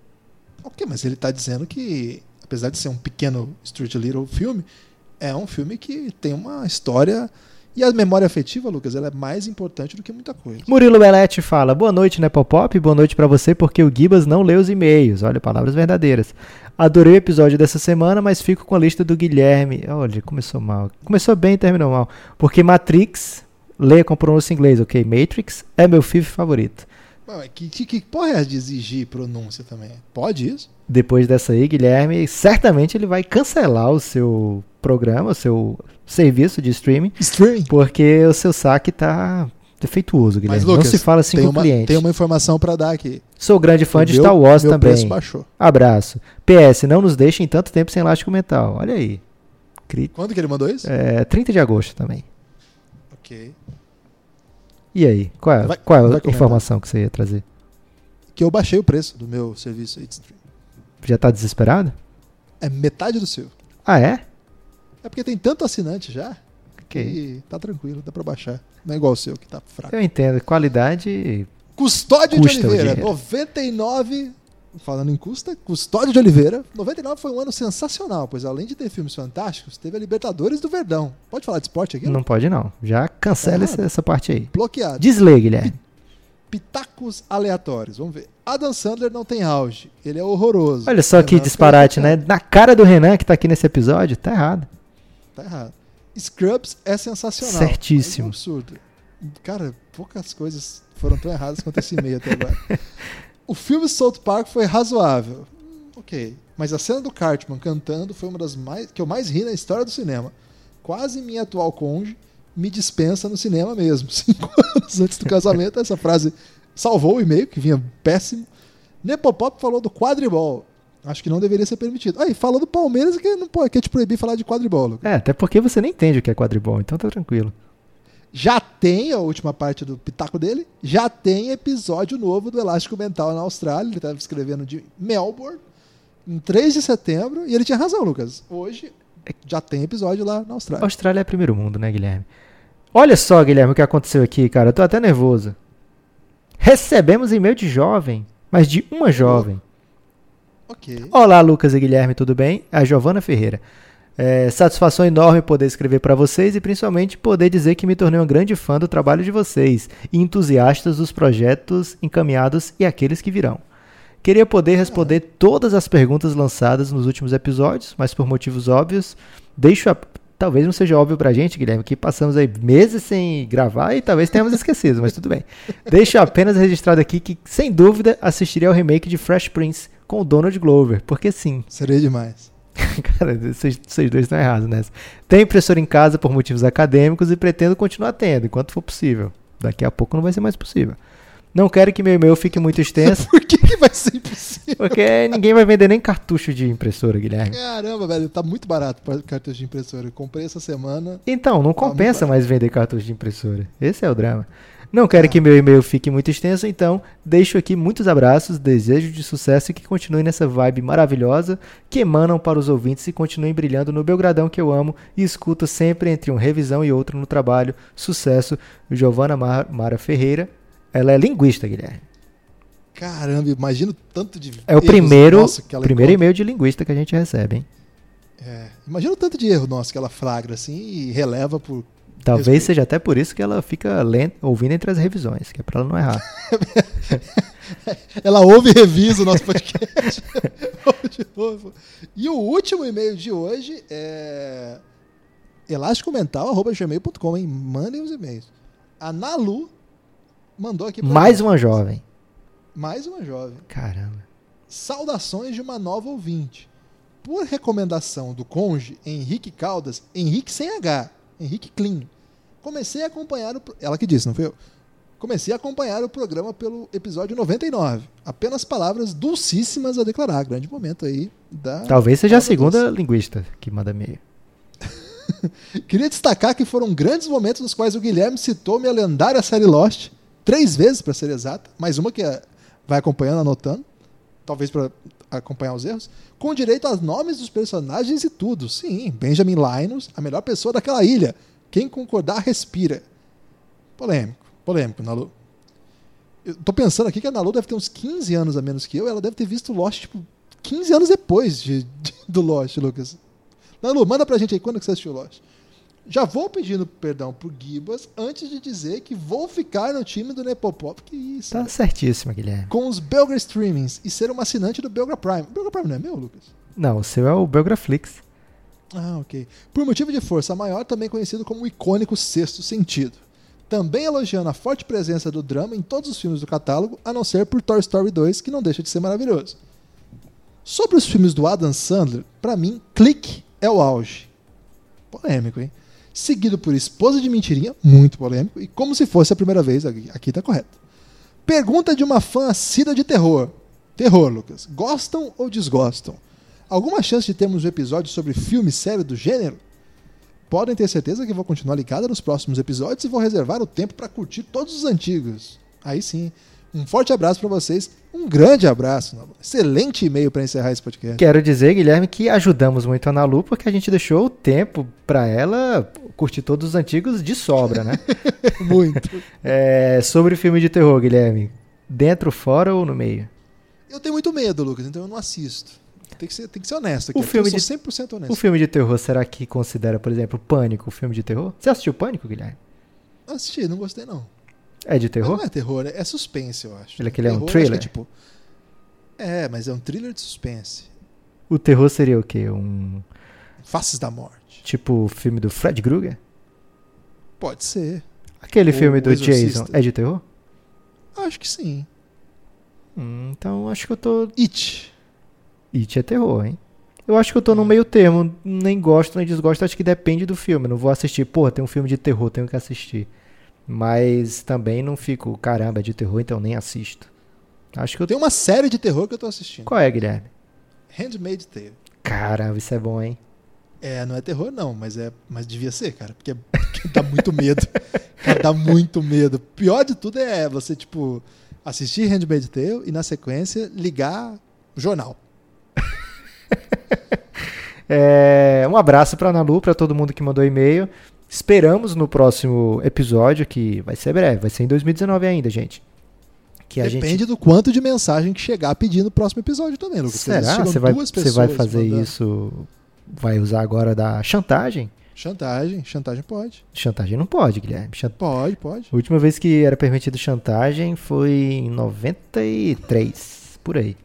Ok, mas ele tá dizendo que, apesar de ser um pequeno Stuart Little filme, é um filme que tem uma história E a memória afetiva, Lucas, ela é mais importante do que muita coisa. Murilo Belletti fala, boa noite, Nepopop, boa noite pra você, porque o Gibas não lê os e-mails. Olha, palavras verdadeiras. Adorei o episódio dessa semana, mas fico com a lista do Guilherme. Olha, começou mal. Começou bem e terminou mal. Porque Matrix, leia com pronúncia em inglês, ok? Matrix é meu filme favorito. Ué, que, que, que porra é essa de exigir pronúncia também? Pode isso? Depois dessa aí, Guilherme, certamente ele vai cancelar o seu programa, o seu serviço de streaming. Streaming? Porque o seu saque tá defeituoso, Guilherme. Mas, Lucas, não se fala assim tem com o uma, cliente. tem uma informação pra dar aqui. Sou grande fã de meu, Star Wars meu também. Preço baixou. Abraço. P S, não nos deixem tanto tempo sem elástico mental. Olha aí. Cri... Quando que ele mandou isso? É, trinta de agosto também. Ok. E aí? Qual é, Vai- qual é vai a comentar. informação que você ia trazer? Que eu baixei o preço do meu serviço aí de streaming. Já tá desesperado? É metade do seu. Ah, é? É porque tem tanto assinante já Ok. que tá tranquilo, dá pra baixar. Não é igual o seu, que tá fraco. Eu entendo. Qualidade... Custódio Custa de o Oliveira, dinheiro. noventa e nove. Falando em custa, Custódio de Oliveira. noventa e nove foi um ano sensacional, pois além de ter filmes fantásticos, teve a Libertadores do Verdão. Pode falar de esporte aqui? Não pode não. Já cancela Tá essa, errado. essa parte aí. Bloqueado. Desliga, Guilherme. Pitacos aleatórios. Vamos ver. Adam Sandler não tem auge. Ele é horroroso. Olha só que Renan disparate, né? Freitas, Na cara do Renan que tá aqui nesse episódio, tá errado. Tá errado. Scrubs é sensacional. Certíssimo. Mas é um absurdo. Cara, poucas coisas foram tão erradas quanto esse e-mail até agora. O filme South Park foi razoável. Hum, ok. Mas a cena do Cartman cantando foi uma das mais que eu mais ri na história do cinema. Quase minha atual cônjuge me dispensa no cinema mesmo. Cinco anos antes do casamento, essa frase salvou o e-mail, que vinha péssimo. Nepopop falou do quadribol. Acho que não deveria ser permitido. Aí, falou do Palmeiras que não pode, quer te proibir falar de quadribol. Lucas. É, até porque você nem entende o que é quadribol, então tá tranquilo. Já tem a última parte do pitaco dele, já tem episódio novo do Elástico Mental na Austrália. Ele estava escrevendo de Melbourne, em três de setembro, e ele tinha razão, Lucas. Hoje já tem episódio lá na A Austrália. Austrália é primeiro mundo, né, Guilherme? Olha só, Guilherme, o que aconteceu aqui, cara. Eu tô até nervoso. Recebemos e-mail de jovem, mas de uma jovem. Ok. Olá, Lucas e Guilherme, tudo bem? A Giovana Ferreira. É, satisfação enorme poder escrever para vocês e principalmente poder dizer que me tornei um grande fã do trabalho de vocês e entusiastas dos projetos encaminhados e aqueles que virão. Queria poder responder todas as perguntas lançadas nos últimos episódios, mas por motivos óbvios, deixo a... Talvez não seja óbvio pra gente, Guilherme, que passamos aí meses sem gravar e talvez tenhamos esquecido, mas tudo bem. Deixo apenas registrado aqui que, sem dúvida, assistiria ao remake de Fresh Prince com o Donald Glover, porque sim. Seria demais. Cara, vocês, vocês dois estão errados nessa. Tenho impressora em casa por motivos acadêmicos e pretendo continuar tendo, enquanto for possível. Daqui a pouco não vai ser mais possível. Não quero que meu e-mail fique muito extenso, Por que, que vai ser impossível? porque ninguém vai vender nem cartucho de impressora, Guilherme. Caramba, velho, tá muito barato para cartucho de impressora. Eu comprei essa semana. Então, não Tá muito compensa barato. mais vender cartucho de impressora. Esse é o drama. Não quero que meu e-mail fique muito extenso, então deixo aqui muitos abraços, desejo de sucesso e que continue nessa vibe maravilhosa que emanam para os ouvintes e continuem brilhando no Belgradão que eu amo e escuto sempre entre uma revisão e outra no trabalho. Sucesso, Giovana Mar- Mara Ferreira. Ela é linguista, Guilherme. Caramba, imagina o tanto de É o erros primeiro, nosso que ela primeiro encontra. e-mail de linguista que a gente recebe, hein? É, imagina o tanto de erro nosso que ela flagra assim e releva por. Talvez Respeito. seja até por isso que ela fica lendo, ouvindo entre as revisões, que é pra ela não errar. Ela ouve e revisa o nosso podcast. De novo. E o último e-mail de hoje é elásticomental arroba gmail ponto com, hein? Mandem os e-mails. A Nalu mandou aqui pra Mais mim. uma jovem. Mais uma jovem. Caramba. Saudações de uma nova ouvinte. Por recomendação do conge Henrique Caldas, Henrique sem H, Henrique Clean, comecei a acompanhar o... pro- Ela que disse, não foi eu. Comecei a acompanhar o programa pelo episódio noventa e nove. Apenas palavras dulcíssimas a declarar. Grande momento aí da... Talvez seja a palavra segunda doce. linguista que manda e-mail. Queria destacar que foram grandes momentos nos quais o Guilherme citou minha lendária série Lost, três vezes para ser exata, mais uma que é- vai acompanhando, anotando, talvez para acompanhar os erros, com direito aos nomes dos personagens e tudo. Sim, Benjamin Linus, a melhor pessoa daquela ilha. Quem concordar, respira. Polêmico, polêmico, Nalu. Eu tô pensando aqui que a Nalu deve ter uns quinze anos a menos que eu, ela deve ter visto Lost, tipo, quinze anos depois de, de- do Lost, Lucas. Nalu, manda pra gente aí quando que você assistiu Lost. Já vou pedindo perdão pro Gibas antes de dizer que vou ficar no time do Nepopop. Que isso? Tá né? certíssimo, Guilherme. Com os Belgra Streamings e ser um assinante do Belgra Prime. O Belgra Prime não é meu, Lucas? Não, o seu é o Belgraflix. Ah, ok. Por motivo de força maior, também conhecido como o icônico Sexto Sentido. Também elogiando a forte presença do drama em todos os filmes do catálogo, a não ser por Toy Story dois, que não deixa de ser maravilhoso. Sobre os filmes do Adam Sandler, pra mim, Clique é o auge. Polêmico, hein? Seguido por Esposa de Mentirinha, muito polêmico, e Como Se Fosse a Primeira Vez, aqui, aqui tá correto. Pergunta de uma fã assídua de terror. Terror, Lucas. Gostam ou desgostam? Alguma chance de termos um episódio sobre filme sério do gênero? Podem ter certeza que vou continuar ligada nos próximos episódios e vou reservar o tempo para curtir todos os antigos. Aí sim. Um forte abraço para vocês. Um grande abraço. Excelente e-mail para encerrar esse podcast. Quero dizer, Guilherme, que ajudamos muito a Ana Lu porque a gente deixou o tempo para ela curtir todos os antigos de sobra, né? Muito. É, sobre o filme de terror, Guilherme. Dentro, fora ou no meio? Eu tenho muito medo, Lucas, então eu não assisto. Tem que ser, tem que ser honesto aqui. O filme eu sou de- cem por cento honesto. O filme de terror, será que considera, por exemplo, Pânico, o filme de terror? Você assistiu Pânico, Guilherme? Não assisti, não gostei não. É de Mas terror? não é terror, é suspense, eu acho. Ele é que ele é um Terror, thriller? acho que é, tipo... é, mas é um thriller de suspense. O terror seria o quê? Um Faces da Morte. tipo filme do Fred Krueger? Pode ser. Aquele O filme do Exorcista. Jason é de terror? Acho que sim. Hum, então acho que eu tô... It. It é terror, hein? Eu acho que eu tô no meio termo. Nem gosto, nem desgosto. Acho que depende do filme. Não vou assistir. Pô, tem um filme de terror, tenho que assistir. Mas também não fico, caramba, é de terror, então nem assisto. Acho que eu Tem uma série de terror que eu tô assistindo. Qual é, Guilherme? Handmaid's Tale. Caramba, isso é bom, hein? É, não é terror não, mas é, mas devia ser, cara, porque, porque dá muito medo. Cara, dá muito medo. Pior de tudo é você, tipo, assistir Handmaid's Tale e na sequência ligar o jornal. É, um abraço pra Ana Lu, pra todo mundo que mandou e-mail. Esperamos no próximo episódio, que vai ser breve, vai ser em dois mil e dezenove ainda, gente. Que a Depende gente... do quanto de mensagem que chegar pedindo no próximo episódio também, Lucas. porque às vezes Será? chegam Você vai, duas você vai pessoas fazer mandando. isso? Vai usar agora da chantagem? Chantagem, chantagem pode. Chantagem não pode, Guilherme. Chan- Pode, pode. A última vez que era permitido chantagem foi em noventa e três, por aí.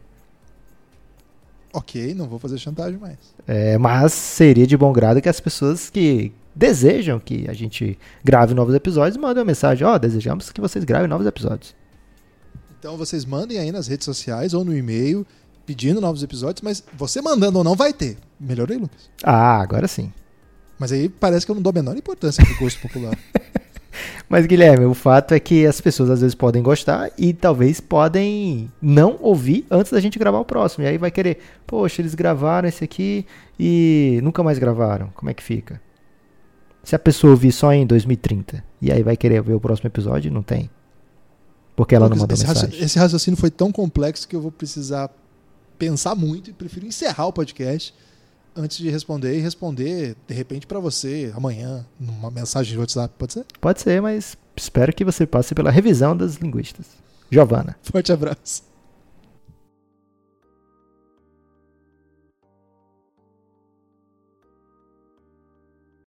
Ok, não vou fazer chantagem mais. É, mas seria de bom grado que as pessoas que desejam que a gente grave novos episódios mandem uma mensagem: ó, desejamos que vocês gravem novos episódios. Então vocês mandem aí nas redes sociais ou no e-mail pedindo novos episódios, mas você mandando ou não vai ter. Melhorei, Lucas? Ah, agora sim. Mas aí parece que eu não dou a menor importância pro gosto popular. Mas, Guilherme, o fato é que as pessoas às vezes podem gostar e talvez podem não ouvir antes da gente gravar o próximo. E aí vai querer, poxa, eles gravaram esse aqui e nunca mais gravaram. Como é que fica? Se a pessoa ouvir só em dois mil e trinta e aí vai querer ver o próximo episódio, não tem. Porque ela não mandou esse, mensagem. raci- esse raciocínio foi tão complexo que eu vou precisar pensar muito e prefiro encerrar o podcast antes de responder e responder, de repente, pra você amanhã, numa mensagem de WhatsApp. Pode ser? Pode ser, mas espero que você passe pela revisão das linguistas. Giovana. Forte abraço.